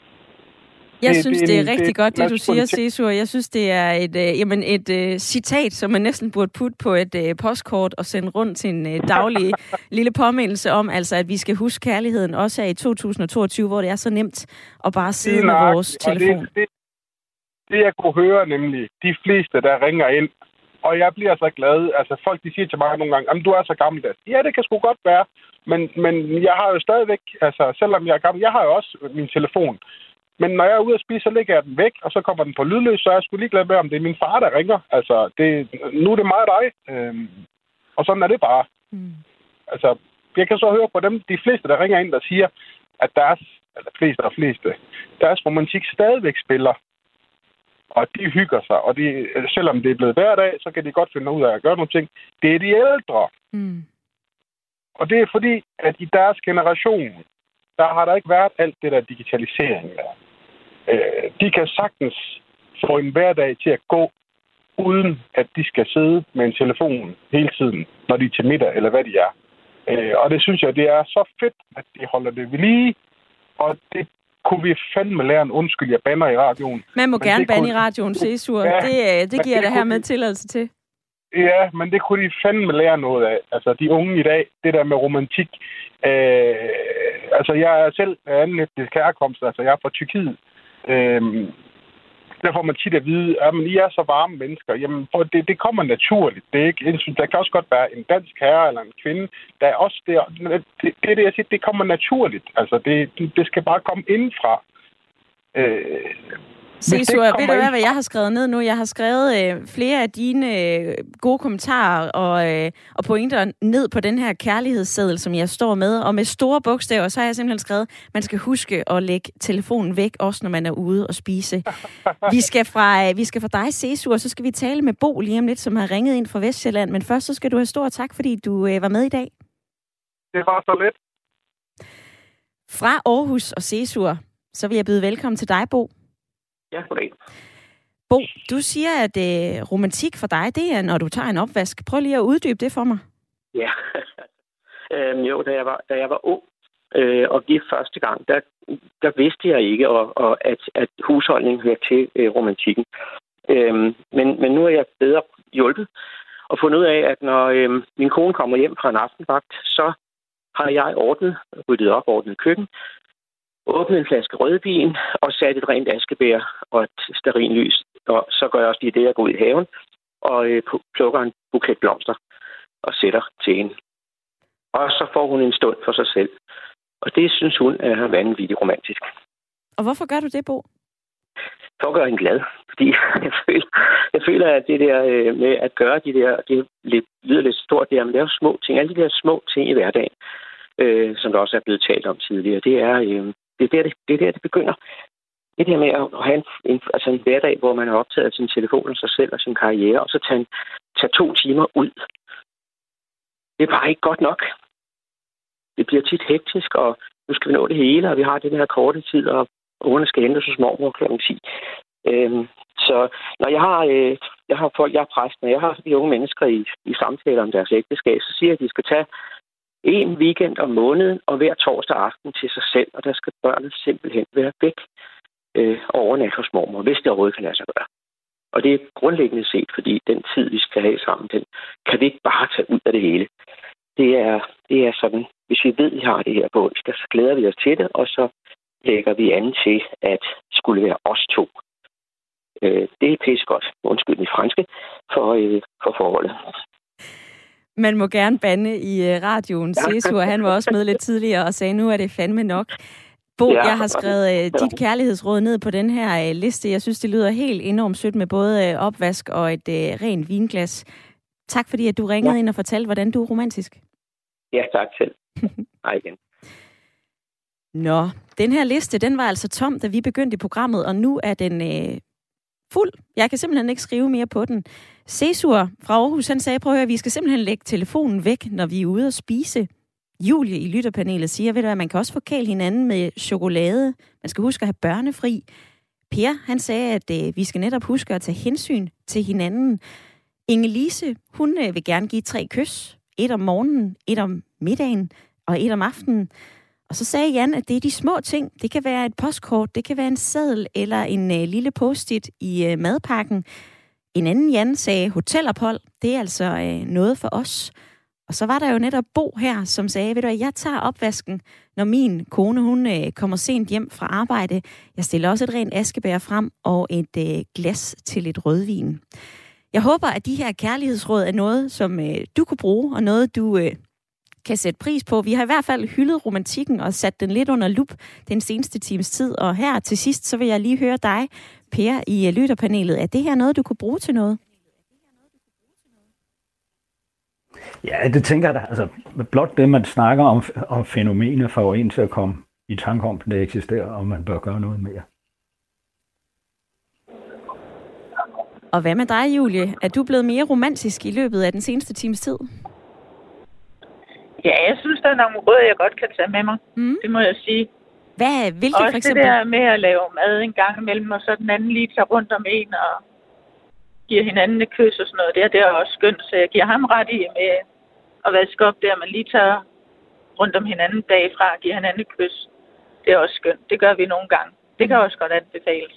A: Jeg
H: det,
A: synes,
H: det,
A: det er
H: det,
A: rigtig
H: det,
A: godt, det du siger,
H: t-
A: Cesur. Jeg synes, det er et, øh, jamen et øh, citat, som man næsten burde putte på et øh, postkort og sende rundt til en øh, daglig lille påmindelse om, altså at vi skal huske kærligheden også her i to tusind og toogtyve, hvor det er så nemt at bare sidde med vores telefon.
H: Det, det, det, jeg kunne høre nemlig, de fleste, der ringer ind, og jeg bliver så glad, altså folk, de siger til mig nogle gange, jamen du er så gammeldags. Ja, det kan sgu godt være, men, men jeg har jo stadigvæk, altså selvom jeg er gammel, jeg har jo også min telefon. Men når jeg er ude at spise, så lægger jeg den væk, og så kommer den på lydløs, så er jeg sgu ligeglad med, om det er min far, der ringer. Altså, det, nu er det meget dig. Øhm, og sådan er det bare. Mm. Altså, jeg kan så høre på dem, de fleste, der ringer ind, der siger, at deres, eller fleste og fleste, deres romantik stadigvæk spiller. Og de hygger sig, og de, selvom det er blevet hverdag, så kan de godt finde ud af at gøre nogle ting. Det er de ældre. Mm. Og det er fordi, at i deres generation, der har der ikke været alt det der digitalisering der. Øh, de kan sagtens få en hverdag til at gå, uden at de skal sidde med en telefon hele tiden, når de er til middag, eller hvad de er. Øh, og det synes jeg, det er så fedt, at de holder det ved lige, og det kunne vi fandme lære en undskyld, jeg bander i radioen.
A: Man må men gerne bande kunne... i radioen, Cæsur. Ja, det, det giver det her med tilladelse til.
H: Ja, men det kunne de fandme lære noget af. Altså, de unge i dag, det der med romantik. Øh, altså, jeg er selv anden etnisk herkomst, altså jeg er fra Tyrkiet. Øh, der får man tit at vide, at I er så varme mennesker. Jamen, for det, det kommer naturligt. Det er ikke, der kan også godt være en dansk herre eller en kvinde, der er også der. Det, det, det jeg siger, det kommer naturligt. Altså, det, det skal bare komme indfra. Øh,
A: Cæsur, ved du hvad, hvad jeg har skrevet ned nu? Jeg har skrevet øh, flere af dine øh, gode kommentarer og, øh, og pointer ned på den her kærlighedsseddel, som jeg står med. Og med store bogstaver, så har jeg simpelthen skrevet, man skal huske at lægge telefonen væk, også når man er ude og spise. vi, skal fra, øh, vi skal fra dig, Cæsur, og så skal vi tale med Bo lige om lidt, som har ringet ind fra Vestsjælland. Men først så skal du have stor tak, fordi du øh, var med i dag.
H: Det var så lidt.
A: Fra Aarhus og Cæsur, så vil jeg byde velkommen til dig, Bo.
I: Ja, goddag.
A: Bo, du siger, at øh, romantik for dig, det er, når du tager en opvask. Prøv lige at uddybe det for mig.
I: Ja, øhm, jo, da jeg var, da jeg var ung øh, og gift første gang, der, der vidste jeg ikke, og, og at, at husholdningen hører til øh, romantikken. Øhm, men, men nu er jeg bedre hjulpet og fundet ud af, at når øh, min kone kommer hjem fra en aftenvagt, så har jeg ordnet, ryddet op, ordnet køkken, åbnet en flaske rødvin og sat et rent askebær og et stearinlys. Og så gør jeg også lige det, jeg går ud i haven og øh, plukker en buket blomster og sætter til hende. Og så får hun en stund for sig selv. Og det synes hun er vanvittigt romantisk.
A: Og hvorfor gør du det, Bo?
I: For at gøre hende glad. Fordi jeg føler, jeg føler at det der øh, med at gøre de der, det lidt, lyder lidt stort der, men det er jo små ting. Alle de der små ting i hverdagen, øh, som der også er blevet talt om tidligere, det er... Øh, Det er der, det, det, er der, det begynder. Det der med at have en, en, altså en hverdag, hvor man har optaget sin telefon og sig selv og sin karriere, og så tage, tage to timer ud. Det er bare ikke godt nok. Det bliver tit hektisk, og nu skal vi nå det hele, og vi har den her korte tid, og ungerne skal hentes hos mormor klokken ti. Øhm, så når jeg har, øh, jeg har folk, jeg er præst, når jeg har de unge mennesker i, i samtaler om deres ægteskab, så siger jeg, at de skal tage en weekend om måneden, og hver torsdag aften til sig selv, og der skal børnene simpelthen være væk øh, og overnatte hos mormor, hvis det overhovedet kan lade sig gøre. Og det er grundlæggende set, fordi den tid, vi skal have sammen, den kan vi ikke bare tage ud af det hele. Det er, det er sådan, hvis vi ved, at vi har det her på onsdag, så glæder vi os til det, og så lægger vi an til, at skulle være os to. Øh, det er pisse godt, undskyld mit franske, for, øh, for forholdet.
A: Man må gerne bande i radioen. Cæsur, han var også med lidt tidligere og sagde, nu er det fandme nok. Bo, ja, jeg har skrevet uh, dit kærlighedsråd ned på den her uh, liste. Jeg synes, det lyder helt enormt sødt med både uh, opvask og et uh, rent vinglas. Tak fordi, at du ringede ja. ind og fortalte, hvordan du er romantisk.
I: Ja, tak selv. Hej igen.
A: Nå, den her liste, den var altså tom, da vi begyndte i programmet, og nu er den... Uh, fuld. Jeg kan simpelthen ikke skrive mere på den. Cæsur fra Aarhus, han sagde, prøv at høre, vi skal simpelthen lægge telefonen væk, når vi er ude og spise. Julie i lytterpanelet siger, ved du hvad, man kan også forkæle hinanden med chokolade. Man skal huske at have børnefri. Per, han sagde, at øh, vi skal netop huske at tage hensyn til hinanden. Inge-Lise, hun øh, vil gerne give tre kys. Et om morgenen, et om middagen og et om aftenen. Og så sagde Jan, at det er de små ting. Det kan være et postkort, det kan være en seddel eller en øh, lille post-it i øh, madpakken. En anden Jan sagde hotelophold. Det er altså øh, noget for os. Og så var der jo netop Bo her, som sagde, ved du hvad, jeg tager opvasken, når min kone hun øh, kommer sent hjem fra arbejde. Jeg stiller også et rent askebær frem og et øh, glas til et rødvin. Jeg håber, at de her kærlighedsråd er noget, som øh, du kunne bruge, og noget, du... Øh, kan sætte pris på. Vi har i hvert fald hyldet romantikken og sat den lidt under lup den seneste times tid. Og her til sidst, så vil jeg lige høre dig, Per, i lytterpanelet. Er det her noget, du kunne bruge til noget?
D: Ja, det tænker jeg da. Altså, blot det, man snakker om, om fænomener, får en til at komme i tanke om, det eksisterer, og man bør gøre noget mere.
A: Og hvad med dig, Julie? Er du blevet mere romantisk i løbet af den seneste times tid?
C: Ja, jeg synes, der er nogle råd, jeg godt kan tage med mig. Mm. Det må jeg sige.
A: Hvad, hvilke
C: også
A: for eksempel?
C: Det der med at lave mad en gang imellem, og så den anden lige tager rundt om en og giver hinanden et kys og sådan noget. Det er, det er også skønt, så jeg giver ham ret i med at vaske op der, man lige tager rundt om hinanden bagfra og giver hinanden et kys. Det er også skønt. Det gør vi nogle gange. Det kan også godt anbefales.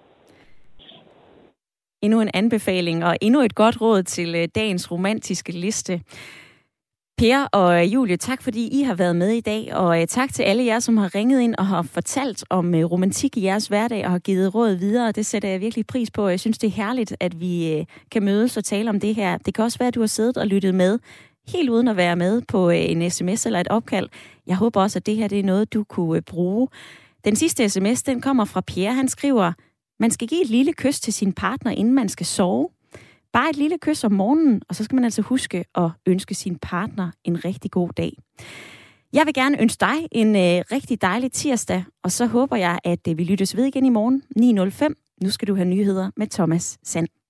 A: Endnu en anbefaling og endnu et godt råd til dagens romantiske liste. Per og Julie, tak fordi I har været med i dag, og tak til alle jer, som har ringet ind og har fortalt om romantik i jeres hverdag og har givet råd videre. Det sætter jeg virkelig pris på, og jeg synes, det er herligt, at vi kan mødes og tale om det her. Det kan også være, at du har siddet og lyttet med, helt uden at være med på en sms eller et opkald. Jeg håber også, at det her det er noget, du kunne bruge. Den sidste sms, den kommer fra Pierre. Han skriver, man skal give et lille kys til sin partner, inden man skal sove. Bare et lille kys om morgenen, og så skal man altså huske at ønske sin partner en rigtig god dag. Jeg vil gerne ønske dig en øh, rigtig dejlig tirsdag, og så håber jeg, at øh, vi lyttes ved igen i morgen ni nul fem. Nu skal du have nyheder med Thomas Sand.